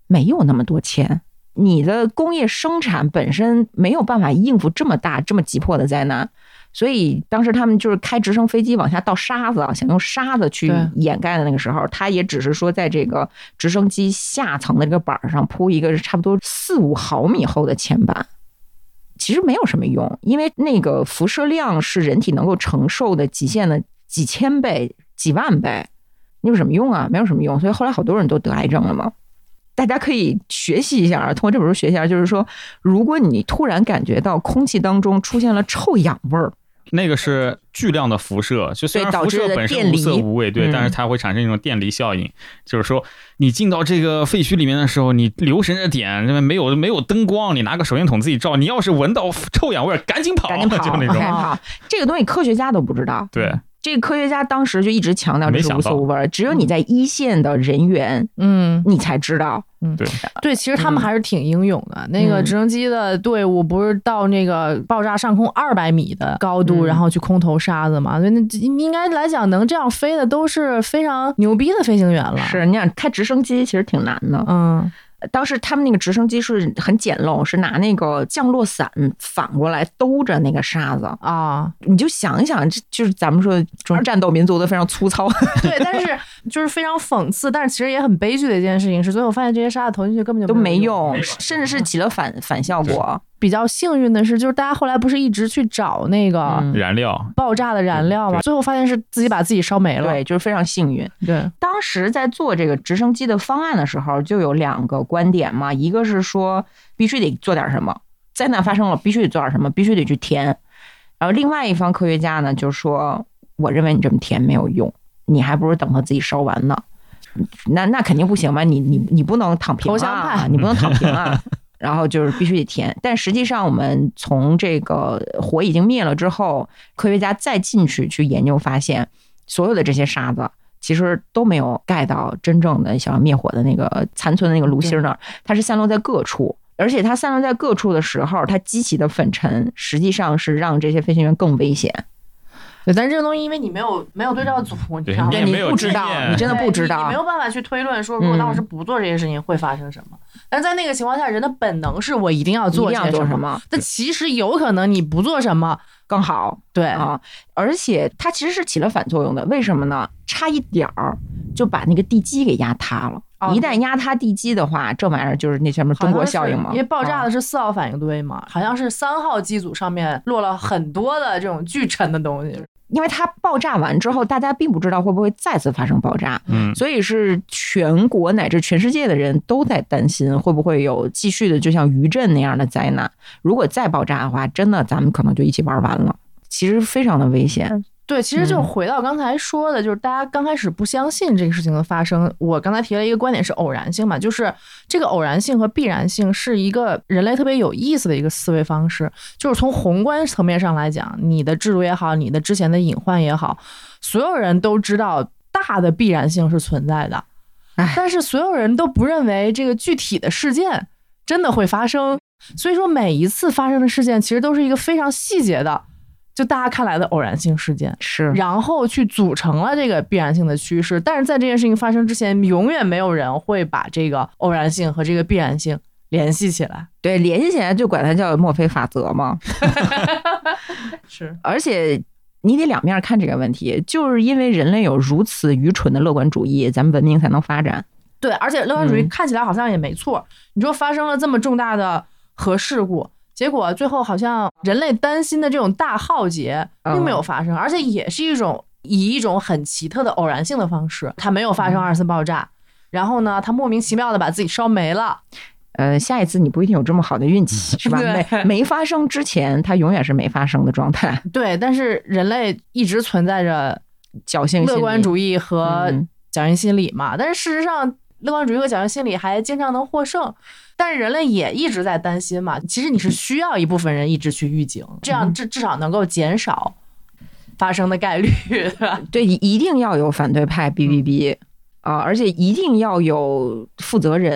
没有那么多钱，你的工业生产本身没有办法应付这么大这么急迫的灾难，所以当时他们就是开直升飞机往下倒沙子，想用沙子去掩盖的那个时候，他也只是说在这个直升机下层的这个板上铺一个差不多四五毫米厚的铅板，其实没有什么用，因为那个辐射量是人体能够承受的极限的几千倍几万倍，你有什么用啊？没有什么用。所以后来好多人都得癌症了嘛。大家可以学习一下，通过这本书学习一下，就是说如果你突然感觉到空气当中出现了臭氧味儿，
那个是巨量的辐射，就虽然辐射本身无色无味，对，但是它会产生一种电离效应，就是说你进到这个废墟里面的时候，你留神着点，没有没有灯光，你拿个手电筒自己照，你要是闻到臭氧味，赶紧跑，
赶紧跑，
就那种。
跑。这个东西科学家都不知道。
对。
这个科学家当时就一直强调这是无色无味，只有你在一线的人员，嗯，你才知道。
嗯，对对，其实他们还是挺英勇的。嗯、那个直升机的队伍不是到那个爆炸上空二百米的高度，嗯、然后去空投沙子嘛？所以那应该来讲，能这样飞的都是非常牛逼的飞行员了。
是，你想开直升机其实挺难的。嗯。当时他们那个直升机是很简陋，是拿那个降落伞反过来兜着那个沙子啊！你就想一想，这就是咱们说这种战斗民族的非常粗糙。
对，但是就是非常讽刺，但是其实也很悲剧的一件事情是，最后发现这些沙子投进去根本就
都没
用，
甚至是起了反反效果。
比较幸运的是，就是大家后来不是一直去找那个
燃料、
爆炸的燃料嘛，最后发现是自己把自己烧没了。
对，就是非常幸运。
对，
当时在做这个直升机的方案的时候，就有两个观点嘛，一个是说必须得做点什么，灾难发生了必须得做点什么，必须得去填。然后另外一方科学家呢就说，我认为你这么填没有用，你还不如等它自己烧完呢。那那肯定不行吧？你你你不能躺平啊，你不能躺平啊。然后就是必须得填，但实际上我们从这个火已经灭了之后，科学家再进去去研究发现，所有的这些沙子其实都没有盖到真正的想要灭火的那个残存的那个炉芯那儿，它是散落在各处，而且它散落在各处的时候，它激起的粉尘实际上是让这些飞行员更危险。
对，但是这个东西因为你没有没有对照组，你知道吗？
对，你不知道，你真的不知道，
你没有办法去推论说，如果当时不做这些事情会发生什么。嗯、但在那个情况下，人的本能是我一定要做些什么。
一定要做什么？
但其实有可能你不做什么
更好。
对
啊，而且它其实是起了反作用的。为什么呢？差一点儿就把那个地基给压塌了。哦、一旦压塌地基的话，这玩意儿就是那什么中国效应嘛。
因为爆炸的是四号反应堆嘛，啊、好像是三号机组上面落了很多的这种巨沉的东西。
因为它爆炸完之后，大家并不知道会不会再次发生爆炸，嗯，所以是全国乃至全世界的人都在担心会不会有继续的，就像余震那样的灾难。如果再爆炸的话，真的咱们可能就一起玩完了，其实非常的危险。
对，其实就回到刚才说的，就是大家刚开始不相信这个事情的发生。我刚才提了一个观点是偶然性嘛，就是这个偶然性和必然性是一个人类特别有意思的一个思维方式。就是从宏观层面上来讲，你的制度也好，你的之前的隐患也好，所有人都知道大的必然性是存在的，但是所有人都不认为这个具体的事件真的会发生。所以说每一次发生的事件其实都是一个非常细节的，就大家看来的偶然性事件，
是，
然后去组成了这个必然性的趋势。但是在这件事情发生之前，永远没有人会把这个偶然性和这个必然性联系起来。
对，联系起来就管它叫墨菲法则嘛。
是，
而且你得两面看这个问题，就是因为人类有如此愚蠢的乐观主义，咱们文明才能发展。
对，而且乐观主义看起来好像也没错。嗯、你说发生了这么重大的核事故，结果最后好像人类担心的这种大浩劫并没有发生，嗯、而且也是一种以一种很奇特的偶然性的方式，它没有发生二次爆炸，嗯、然后呢，它莫名其妙的把自己烧没了。
呃，下一次你不一定有这么好的运气，是吧？没没发生之前，它永远是没发生的状态。
对，但是人类一直存在着
侥幸
乐观主义和侥幸心理嘛，嗯、但是事实上，乐观主义和侥幸心理还经常能获胜。但是人类也一直在担心嘛，其实你是需要一部分人一直去预警，这样至至少能够减少发生的概率。
对，一定要有反对派哔哔哔啊，而且一定要有负责人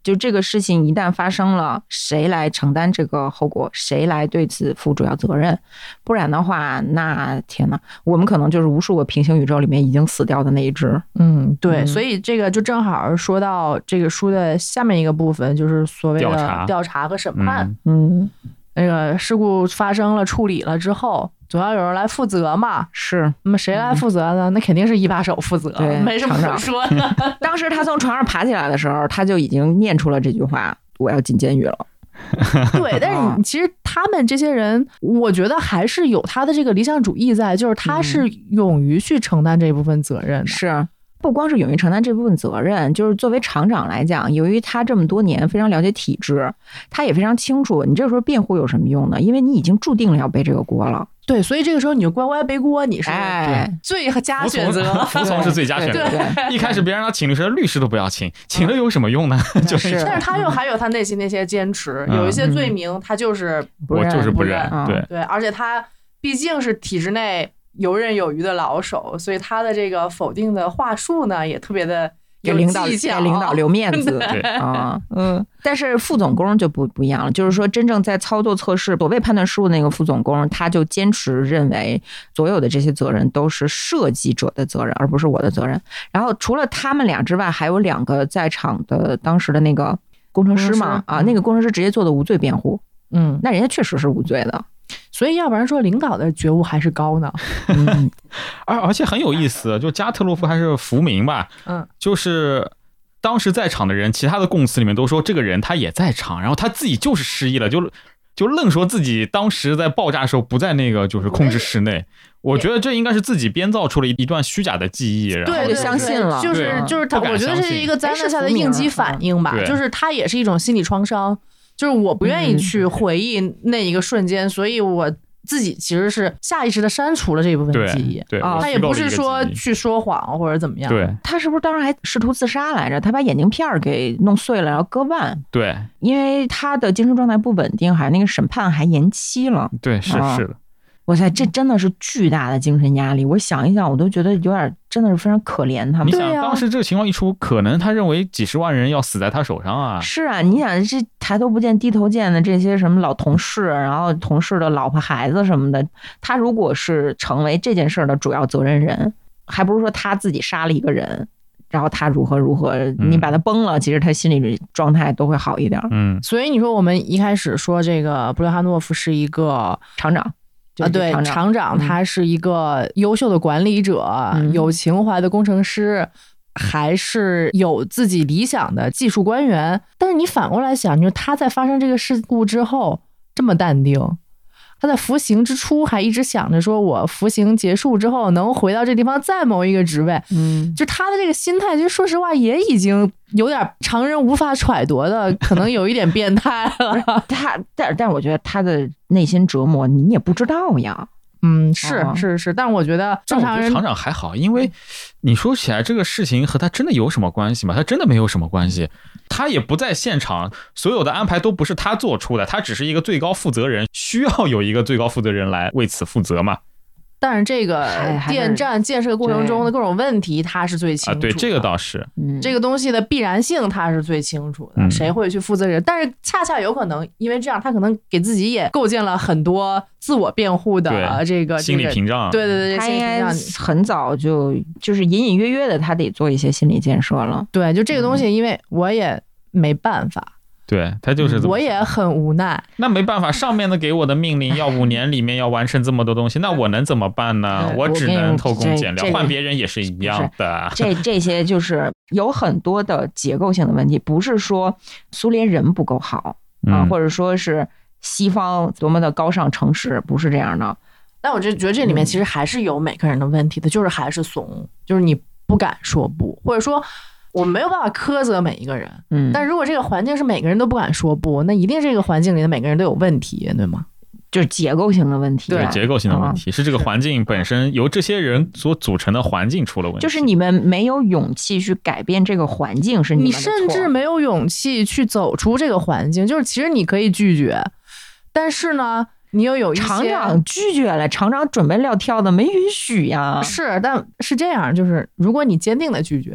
就这个事情一旦发生了，谁来承担这个后果，谁来对此负主要责任？不然的话，那天哪，我们可能就是无数个平行宇宙里面已经死掉的那一只。
嗯，对，
嗯、
所以这个就正好说到这个书的下面一个部分，就是所谓的调查和审判。
嗯，
那个事故发生了、处理了之后，总要有人来负责嘛。
是，
那么谁来负责呢？嗯、那肯定是一把手负责，
对，
没什么可说的。
当时他从床上爬起来的时候，他就已经念出了这句话：“我要进监狱了。”
对，但是其实他们这些人，我觉得还是有他的这个理想主义在，就是他是勇于去承担这部分责任的。
嗯、是。不光是勇于承担这部分责任，就是作为厂长来讲，由于他这么多年非常了解体制，他也非常清楚你这时候辩护有什么用呢？因为你已经注定了要背这个锅了。
对，所以这个时候你就乖乖背锅，你是最佳选择，
服从是最佳选择。一开始别人要请律师，律师都不要请，请了有什么用呢？
嗯、
就是，
但是他又还有他内心那些坚持，
嗯、
有一些罪名他就是不认，
我就是不认，
不认
对
对，而且他毕竟是体制内游刃有余的老手，所以他的这个否定的话术呢，也特别的有技巧，
给领导留面子啊。嗯，但是副总工就不不一样了，就是说真正在操作测试所谓判断失误的那个副总工，他就坚持认为所有的这些责任都是设计者的责任，而不是我的责任。然后除了他们俩之外，还有两个在场的当时的那个工程师嘛，啊，那个工程师直接做的无罪辩护。嗯，那人家确实是无罪的。
所以要不然说领导的觉悟还是高呢。
嗯，而而且很有意思，就加特洛夫还是福明吧，嗯，就是当时在场的人，其他的供词里面都说这个人他也在场，然后他自己就是失忆了，就就愣说自己当时在爆炸的时候不在那个就是控制室内。我觉得这应该是自己编造出了一段虚假的记忆，然后
对，
就相信了，
就是就是他，我觉得这是一个灾难下的应激反应吧，就是他也是一种心理创伤。就是我不愿意去回忆那一个瞬间，嗯、所以我自己其实是下意识的删除了这一部分记忆。
对，对
啊，他也不是说去说谎或者怎么样。
对，
他是不是当时还试图自杀来着？他把眼镜片给弄碎了，然后割腕。
对，
因为他的精神状态不稳定，还那个审判还延期了。
对，是是的。啊，
哇塞，这真的是巨大的精神压力。我想一想，我都觉得有点，真的是非常可怜他们。
你想，当时这个情况一出，可能他认为几十万人要死在他手上啊。
是啊，你想这抬头不见低头见的这些什么老同事，然后同事的老婆孩子什么的，他如果是成为这件事的主要责任人，还不如说他自己杀了一个人，然后他如何如何，你把他崩了，嗯、其实他心理状态都会好一点。
嗯，
所以你说我们一开始说这个布列哈诺夫是一个
厂长。
啊，对，厂长他是一个优秀的管理者，嗯、有情怀的工程师，还是有自己理想的技术官员。但是你反过来想，就是他在发生这个事故之后这么淡定，他在服刑之初还一直想着说，我服刑结束之后能回到这地方再谋一个职位。嗯，就他的这个心态，其实说实话也已经有点常人无法揣度的，可能有一点变态了。
他，但但我觉得他的内心折磨你也不知道呀。
嗯，是是是，但我觉得正常人
厂长还好，因为你说起来这个事情和他真的有什么关系吗？他真的没有什么关系，他也不在现场，所有的安排都不是他做出的，他只是一个最高负责人，需要有一个最高负责人来为此负责嘛。
但是这个电站建设过程中的各种问题，他是最清楚的。
啊，对，这个倒是，
嗯，这个东西的必然性他是最清楚的，嗯、谁会去负责任？但是恰恰有可能，因为这样，他可能给自己也构建了很多自我辩护的这个
心理屏障。
对对对，
他应该很早就就是隐隐约约的，他得做一些心理建设了。
对，就这个东西，因为我也没办法。
对，他就是这么，
我也很无奈。
那没办法，上面的给我的命令要五年里面要完成这么多东西，那我能怎么办呢？我只能偷工减料，换别人也是一样的。
这这些就是有很多的结构性的问题，不是说苏联人不够好啊，
嗯、
或者说是西方多么的高尚诚实，不是这样的。
但我就觉得这里面其实还是有每个人的问题的，就是还是怂，就是你不敢说不，或者说。我没有办法苛责每一个人，嗯，但如果这个环境是每个人都不敢说不，那一定这个环境里的每个人都有问题，对吗？
就是结构性的问题，
对，结构性的问题、嗯、是这个环境本身由这些人所组成的环境出了问题，
就是你们没有勇气去改变这个环境，是你们的错，
你甚至没有勇气去走出这个环境。就是其实你可以拒绝，但是呢，你又有一些
厂长拒绝了，厂长准备撂挑子没允许呀。
是，但是这样，就是如果你坚定的拒绝。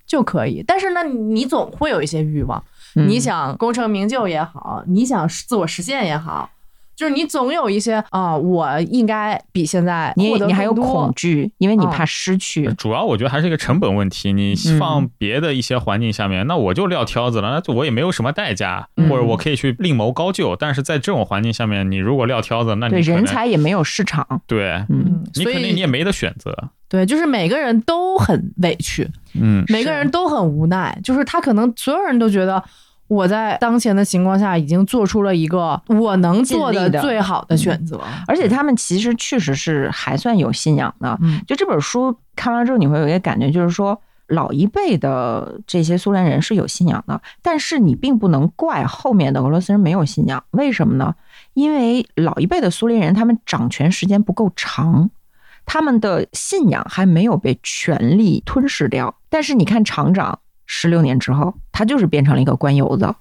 就可以。但是呢，你总会有一些欲望，
嗯、
你想功成名就也好，你想自我实现也好。就是你总有一些啊、呃，我应该比现在获得更多，
你你还有恐惧，因为你怕失去、
嗯。主要我觉得还是一个成本问题。你放别的一些环境下面，嗯、那我就撂挑子了，那我也没有什么代价，
嗯、
或者我可以去另谋高就。但是在这种环境下面，你如果撂挑子，那你
对人才也没有市场。
对，嗯，你肯定你也没得选择。
对，就是每个人都很委屈，
嗯，
每个人都很无奈，就是他可能所有人都觉得。我在当前的情况下已经做出了一个我能做的最好的选择，
嗯、而且他们其实确实是还算有信仰的。
嗯，
就这本书看完之后，你会有一个感觉，就是说老一辈的这些苏联人是有信仰的，但是你并不能怪后面的俄罗斯人没有信仰。为什么呢？因为老一辈的苏联人他们掌权时间不够长，他们的信仰还没有被权力吞噬掉。但是你看厂长。十六年之后，他就是变成了一个官油子，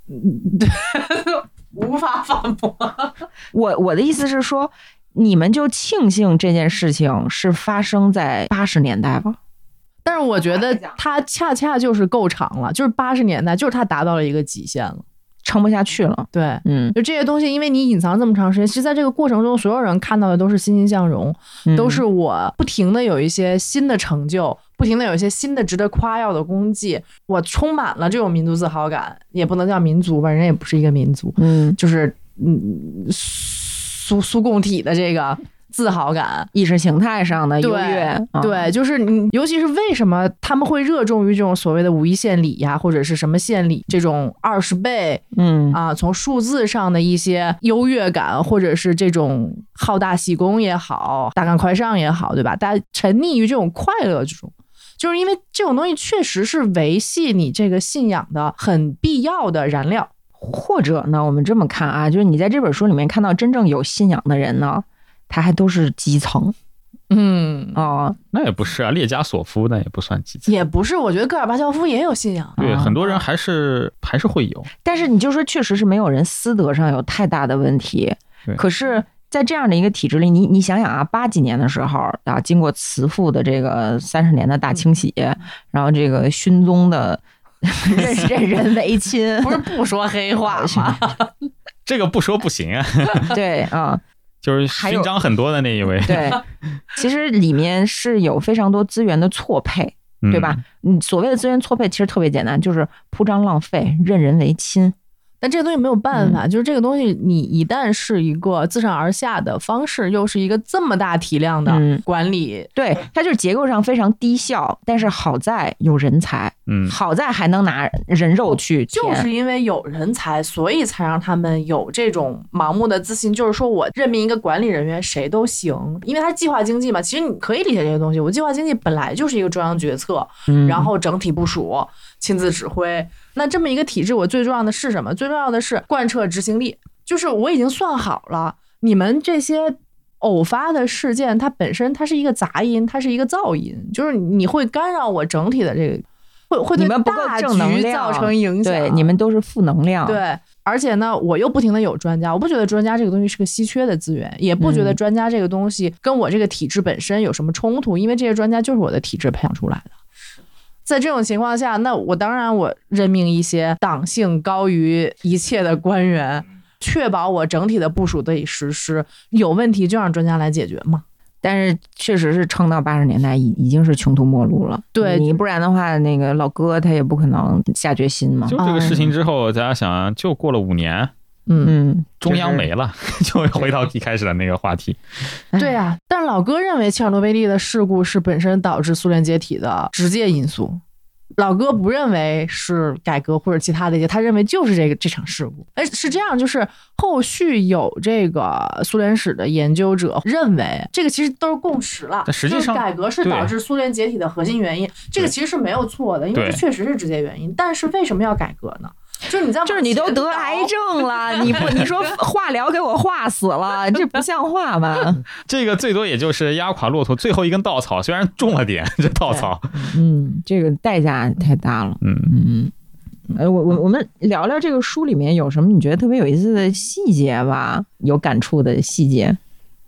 无法反驳。
我我的意思是说，你们就庆幸这件事情是发生在八十年代吧。
但是我觉得他恰恰就是够长了，就是八十年代，就是他达到了一个极限了。
撑不下去了。
对，
嗯，
就这些东西，因为你隐藏这么长时间，其实在这个过程中，所有人看到的都是欣欣向荣，
嗯、
都是我不停的有一些新的成就，不停的有一些新的值得夸耀的功绩，我充满了这种民族自豪感，也不能叫民族吧，人也不是一个民族，
嗯，
就是嗯苏苏共体的这个。自豪感，
意识形态上的优越，
对，对，就是你，尤其是为什么他们会热衷于这种所谓的五一献礼呀，或者是什么献礼这种二十倍，
嗯
啊，从数字上的一些优越感，或者是这种好大喜功也好，大干快上也好，对吧？大家沉溺于这种快乐之中，就是因为这种东西确实是维系你这个信仰的很必要的燃料。
或者呢，我们这么看啊，就是你在这本书里面看到真正有信仰的人呢。他还都是基层，
嗯
哦，
那也不是啊，列加索夫那也不算基层，
也不是，我觉得戈尔巴乔夫也有信仰，
对，很多人还是还是会有，
但是你就说确实是没有人私德上有太大的问题，可是，在这样的一个体制里，你你想想啊，八几年的时候啊，经过慈父的这个三十年的大清洗，嗯、然后这个勋宗的任任人唯亲，
不是不说黑话吗？
这个不说不行啊，
对啊。
就是勋章很多的那一位，
对，其实里面是有非常多资源的错配，对吧？嗯，所谓的资源错配其实特别简单，就是铺张浪费、任人唯亲。
但这个东西没有办法，
嗯、
就是这个东西，你一旦是一个自上而下的方式，又是一个这么大体量的管理，
嗯、对，它就是结构上非常低效，但是好在有人才，
嗯，
好在还能拿人肉去填，
就是因为有人才，所以才让他们有这种盲目的自信，就是说我任命一个管理人员谁都行，因为它计划经济嘛，其实你可以理解这些东西。我计划经济本来就是一个中央决策，
嗯、
然后整体部署、亲自指挥。那这么一个体制，我最重要的是什么？最重要的是贯彻执行力，就是我已经算好了，你们这些偶发的事件，它本身它是一个杂音，它是一个噪音，就是你会干扰我整体的这个，会会对大局造成影响。
对，你们都是负能量。
对，而且呢，我又不停的有专家，我不觉得专家这个东西是个稀缺的资源，也不觉得专家这个东西跟我这个体制本身有什么冲突，因为这些专家就是我的体制培养出来的。在这种情况下，那我当然我任命一些党性高于一切的官员，确保我整体的部署得以实施。有问题就让专家来解决嘛。
但是确实是撑到八十年代已已经是穷途末路了。
对，
你不然的话，那个老哥他也不可能下决心嘛。
就这个事情之后，大家想，就过了五年。
嗯，
中央没了，就回到一开始的那个话题。
对啊，但是老哥认为切尔诺贝利的事故是本身导致苏联解体的直接因素，老哥不认为是改革或者其他的一些，他认为就是这个这场事故。哎，是这样，就是后续有这个苏联史的研究者认为，这个其实都是共识了。
但实际上，
改革是导致苏联解体的核心原因，这个其实是没有错的，因为这确实是直接原因。但是为什么要改革呢？就是你在
就是你都得癌症了，你不你说化疗给我化死了，这不像话吧？
这个最多也就是压垮骆驼最后一根稻草，虽然重了点，这稻草，
嗯，这个代价太大了，
嗯
嗯。呃，我我我们聊聊这个书里面有什么你觉得特别有意思的细节吧，有感触的细节。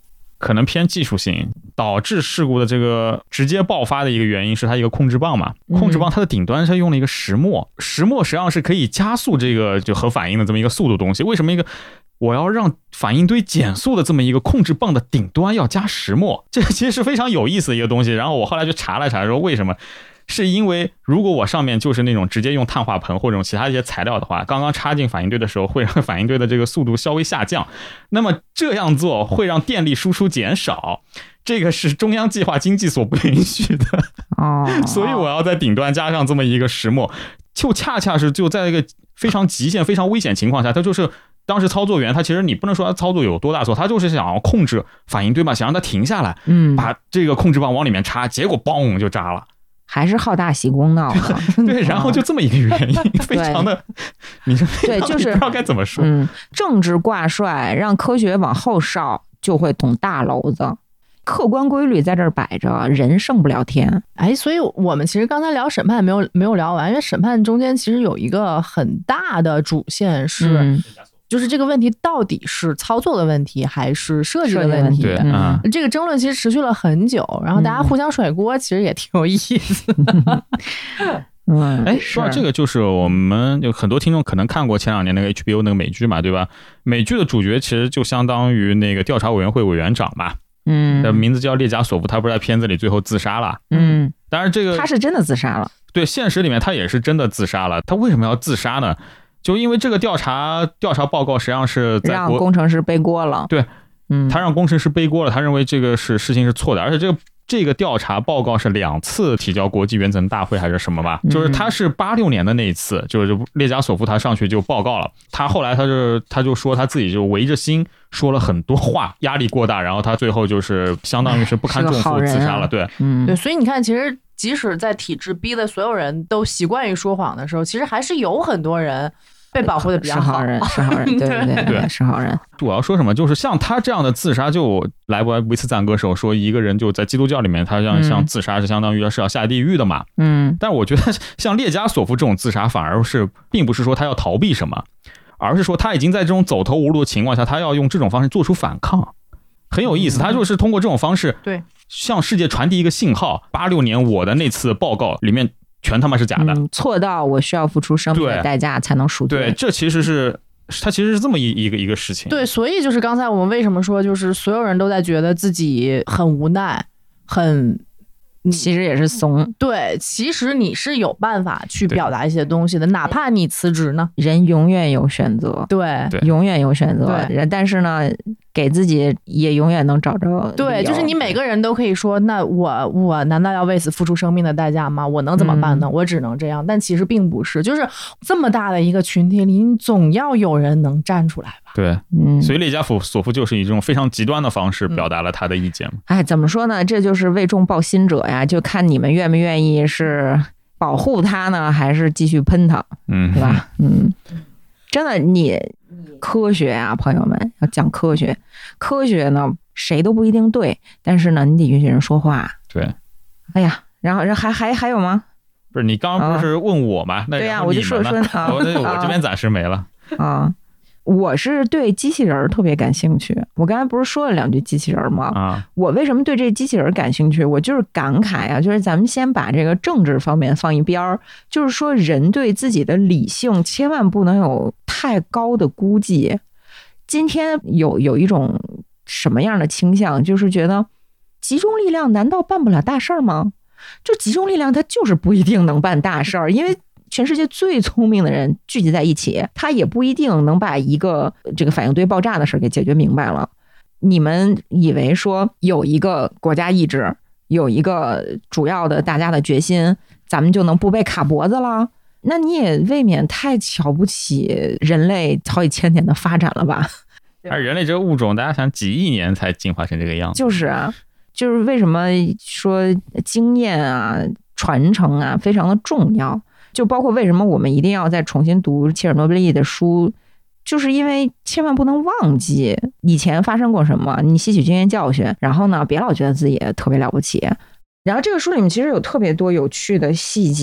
可能偏技术性，导致事故的这个直接爆发的一个原因是它一个控制棒嘛，控制棒它的顶端是用了一个石墨，石墨实际上是可以加速这个就核反应的这么一个速度东西，为什么一个我要让反应堆减速的这么一个控制棒的顶端要加石墨？这其实是非常有意思的一个东西。然后我后来就查了查，说为什么？是因为如果我上面就是那种直接用碳化硼或者其他一些材料的话，刚刚插进反应堆的时候会让反应堆的这个速度稍微下降，那么这样做会让电力输出减少，这个是中央计划经济所不允许的哦，所以我要在顶端加上这么一个石墨，就恰恰是就在一个非常极限非常危险情况下，它就是当时操作员他其实你不能说他操作有多大错，他就是想要控制反应堆嘛，想让它停下来，嗯，把这个控制棒往里面插，结果嘣就炸了。
还是好大喜功闹的，
对，然后就这么一个原因，非常的，你说
对，就是
不知道该怎么说，
嗯，政治挂帅让科学往后烧，就会捅大篓子。客观规律在这儿摆着，人胜不了天。
哎，所以我们其实刚才聊审判没有没有聊完，因为审判中间其实有一个很大的主线是。嗯，就是这个问题到底是操作的问题还是设计的问题？
对，嗯，
这个争论其实持续了很久，然后大家互相甩锅，其实也挺有意思的。
嗯，
哎，说到这个，就是我们有很多听众可能看过前两年那个 H B O 那个美剧嘛，对吧？美剧的主角其实就相当于那个调查委员会委员长嘛，嗯，名字叫列加索夫，他不是在片子里最后自杀了？嗯，当然这个
他是真的自杀了，
对，现实里面他也是真的自杀了。他为什么要自杀呢？就因为这个调查调查报告实际上是在
让工程师背锅了，
对，嗯，他让工程师背锅了，他认为这个是事情是错的，而且这个这个调查报告是两次提交国际原子能大会还是什么吧？就是他是八六年的那一次，就是列加索夫他上去就报告了，他后来他就他就说他自己就违着心说了很多话，压力过大，然后他最后就是相当于是不堪重负自杀了，对，
嗯，对，所以你看，其实。即使在体制逼的所有人都习惯于说谎的时候，其实还是有很多人被保护的比较好，
是好人，是好人，对对对对，是好人。
我要说什么，就是像他这样的自杀，就莱博维茨赞歌手说，一个人就在基督教里面，他像像自杀是相当于是要下地狱的嘛。嗯，但是我觉得像列加索夫这种自杀，反而是并不是说他要逃避什么，而是说他已经在这种走投无路的情况下，他要用这种方式做出反抗。很有意思，他就是通过这种方式，对，向世界传递一个信号。八六年我的那次报告里面全他妈是假的，
嗯、错到我需要付出生命的代价才能赎罪。
对，这其实是它其实是这么一一个一个事情。
对，所以就是刚才我们为什么说，就是所有人都在觉得自己很无奈，很。
其实也是怂，
对，其实你是有办法去表达一些东西的，哪怕你辞职呢，
人永远有选择，
对，
永远有选择，对，但是呢，给自己也永远能找着，
对，就是你每个人都可以说，那我我难道要为此付出生命的代价吗？我能怎么办呢？嗯、我只能这样，但其实并不是，就是这么大的一个群体里，你总要有人能站出来吧。
对，嗯，所以列加索夫就是以这种非常极端的方式表达了他的意见。
哎，怎么说呢？这就是为众抱薪者呀，就看你们愿不愿意是保护他呢，还是继续喷他，嗯，对吧？嗯，真的，你科学啊，朋友们要讲科学，科学呢谁都不一定对，但是呢，你得允许人说话。
对，
哎呀，然后还还还有吗？
不是你刚刚不是问我吗？哦、那
对呀、啊，我就说说
啊，我我这边暂时没了
啊。我是对机器人特别感兴趣，我刚才不是说了两句机器人吗？啊，我为什么对这机器人感兴趣？我就是感慨啊，就是咱们先把这个政治方面放一边儿，就是说人对自己的理性千万不能有太高的估计。今天有有一种什么样的倾向，就是觉得集中力量难道办不了大事儿吗？就集中力量它就是不一定能办大事儿，因为全世界最聪明的人聚集在一起，他也不一定能把一个这个反应堆爆炸的事给解决明白了。你们以为说有一个国家意志，有一个主要的大家的决心，咱们就能不被卡脖子了？那你也未免太瞧不起人类好几千年的发展了吧？
而人类这个物种，大家想几亿年才进化成这个样子。
就是啊，就是为什么说经验啊、传承啊非常的重要。就包括为什么我们一定要再重新读切尔诺贝利的书，就是因为千万不能忘记以前发生过什么，你吸取经验教训，然后呢别老觉得自己也特别了不起。然后这个书里面其实有特别多有趣的细节，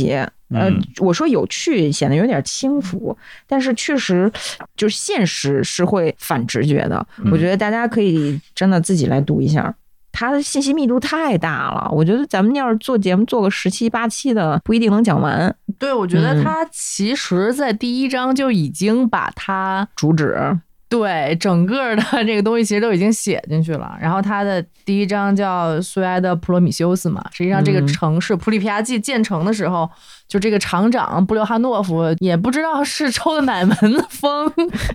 呃，
嗯
我说有趣显得有点轻浮，但是确实就是现实是会反直觉的。
嗯
我觉得大家可以真的自己来读一下。它的信息密度太大了，我觉得咱们要是做节目做个十七八期的，不一定能讲完。
对，我觉得他其实在第一章就已经把它
主旨，
对整个的这个东西其实都已经写进去了。然后他的第一章叫苏埃的普罗米修斯嘛，实际上这个城市、嗯、普里皮亚季建成的时候，就这个厂长布留哈诺夫也不知道是抽的哪门子风，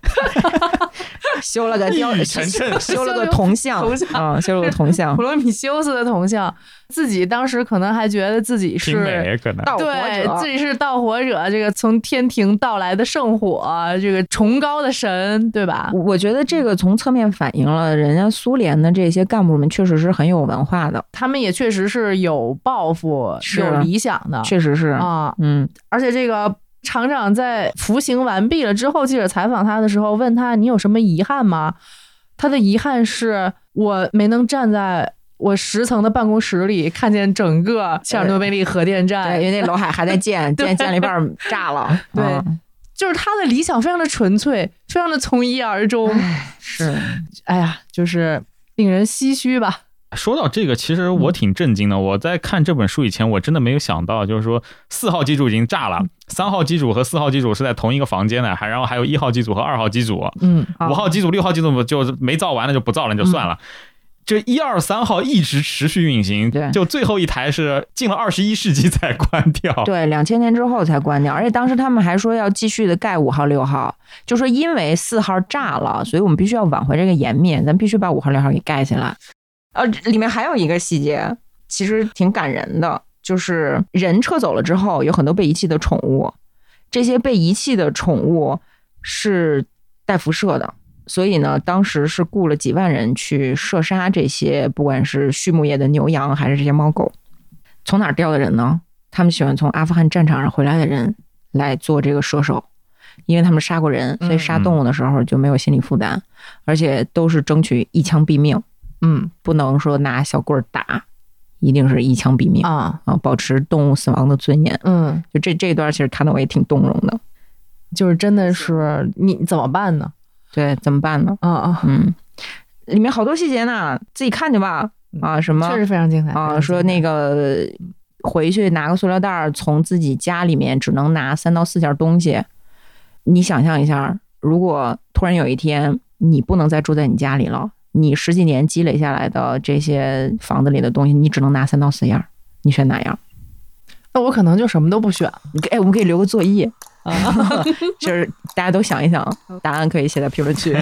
修了个雕，修了个铜像，
铜像
啊、嗯，修了个铜像，
普罗米修斯的铜像。自己当时可能还觉得自己是对自己是盗火者，这个从天庭到来的圣火，这个崇高的神，对吧？
我觉得这个从侧面反映了人家苏联的这些干部们确实是很有文化的，
他们也确实是有抱负、有理想的，
确实是
啊，
嗯。
而且这个厂长在服刑完毕了之后，记者采访他的时候问他：“你有什么遗憾吗？”他的遗憾是我没能站在我十层的办公室里看见整个切尔诺贝利核电站，
对，因为那楼海还在建，建建了一半炸了。
对、嗯，就是他的理想非常的纯粹，非常的从一而终。
是，
哎呀，就是令人唏嘘吧。
说到这个，其实我挺震惊的。我在看这本书以前，我真的没有想到，就是说四号机组已经炸了，三号机组和四号机组是在同一个房间的，还然后还有一号机组和二号机组，
嗯，
五号机组、六号机组就没造完了就不造了，就算了。嗯，这一二三号一直持续运行，就最后一台是进了二十一世纪才关掉。
对，两千年之后才关掉，而且当时他们还说要继续的盖五号、六号，就说因为四号炸了，所以我们必须要挽回这个颜面，咱必须把五号、六号给盖起来。呃，里面还有一个细节，其实挺感人的，就是人撤走了之后，有很多被遗弃的宠物，这些被遗弃的宠物是带辐射的。所以呢，当时是雇了几万人去射杀这些，不管是畜牧业的牛羊还是这些猫狗。从哪儿调的人呢？他们喜欢从阿富汗战场上回来的人来做这个射手，因为他们杀过人，所以杀动物的时候就没有心理负担，嗯、而且都是争取一枪毙命。嗯，不能说拿小棍打，一定是一枪毙命啊啊，保持动物死亡的尊严。嗯，就这这一段其实看得我也挺动容的，
就是真的是你怎么办呢？
对，怎么办呢？
啊啊，
嗯，里面好多细节呢，自己看去吧。啊，什么
确实非常精彩
啊！说那个回去拿个塑料袋，从自己家里面只能拿三到四件东西。你想象一下，如果突然有一天你不能再住在你家里了，你十几年积累下来的这些房子里的东西，你只能拿三到四样，你选哪样？
那我可能就什么都不选。
哎，我们可以留个作业。就是大家都想一想，答案可以写在评论区。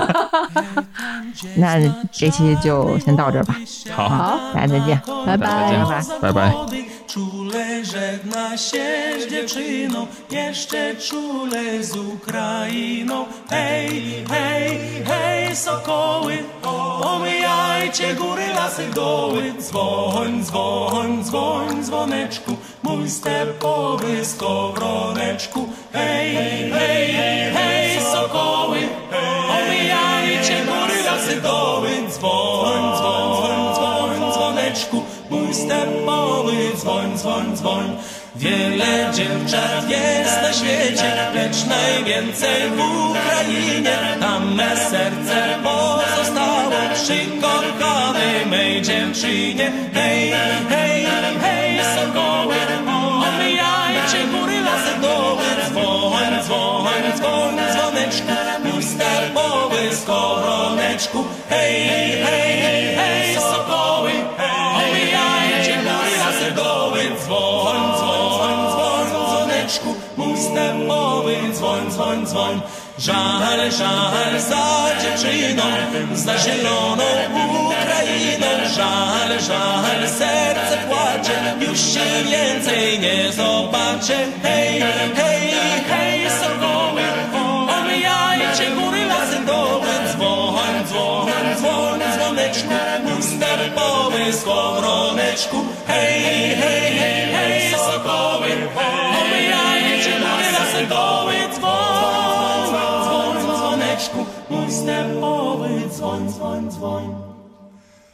那这期就先到这儿吧。
好，
好，大家再见，
拜拜，
拜拜，拜拜。
Czule żegna się z dziewczyną, jeszcze czule z Ukrainą. Hej, hej, hej, sokoły, omijajcie góry, lasy, doły. Dzwoń, dzwoń, dzwoń, dzwoneczku, mój stepowy skowroneczku. Hej, hej, hej, sokoły, omijajcie góry, lasy, doły. Dzwoń, dzwoń, dzwoń, dzwoneczku, mój stepowy dzwoń, dzwoń, dzwoń. Wiele dziewczat jest na świecie, lecz najwięcej w Ukrainie. Tam me serce pozostało przy kochanej mej dziewczynie. Hej, hej, hej, sokoły, omijajcie góry, lasy, doły. Dzwoń, dzwoń, dzwoń, dzwoneczku, mój stepowy skowroneczku. Hej, hej, hej, sokoły, omijajcie góry, lasy, doły. Dzwoń, dzwoń, dzwoń, dzwoneczku, mój stepowy dzwoń, dzwoń, dzwoń. Żal, żal za dziewczyną, za zieloną Ukrainą. Żal, żal, serce płacze, już się więcej nie zobaczę. Hej, hej, hej, sokoły, omijajcie góry, lasy, doły. Dzwoń, dzwoń, dzwoń, dzwoneczku, mój stepowy skowroneczku. Hej, hej, hej, hej, sokoły, omijajcie góry, lasy, doły. Dzwoń, dzwoń, dzwoneczku, mój stepowy dzwoń, dzwoń, dzwoń.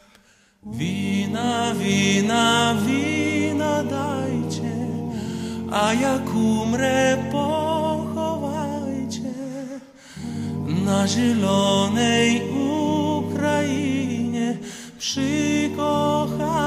Wina, wina, wina dajcie, a jak umrę pochowajcie na zielonej Ukrainie przy kochanej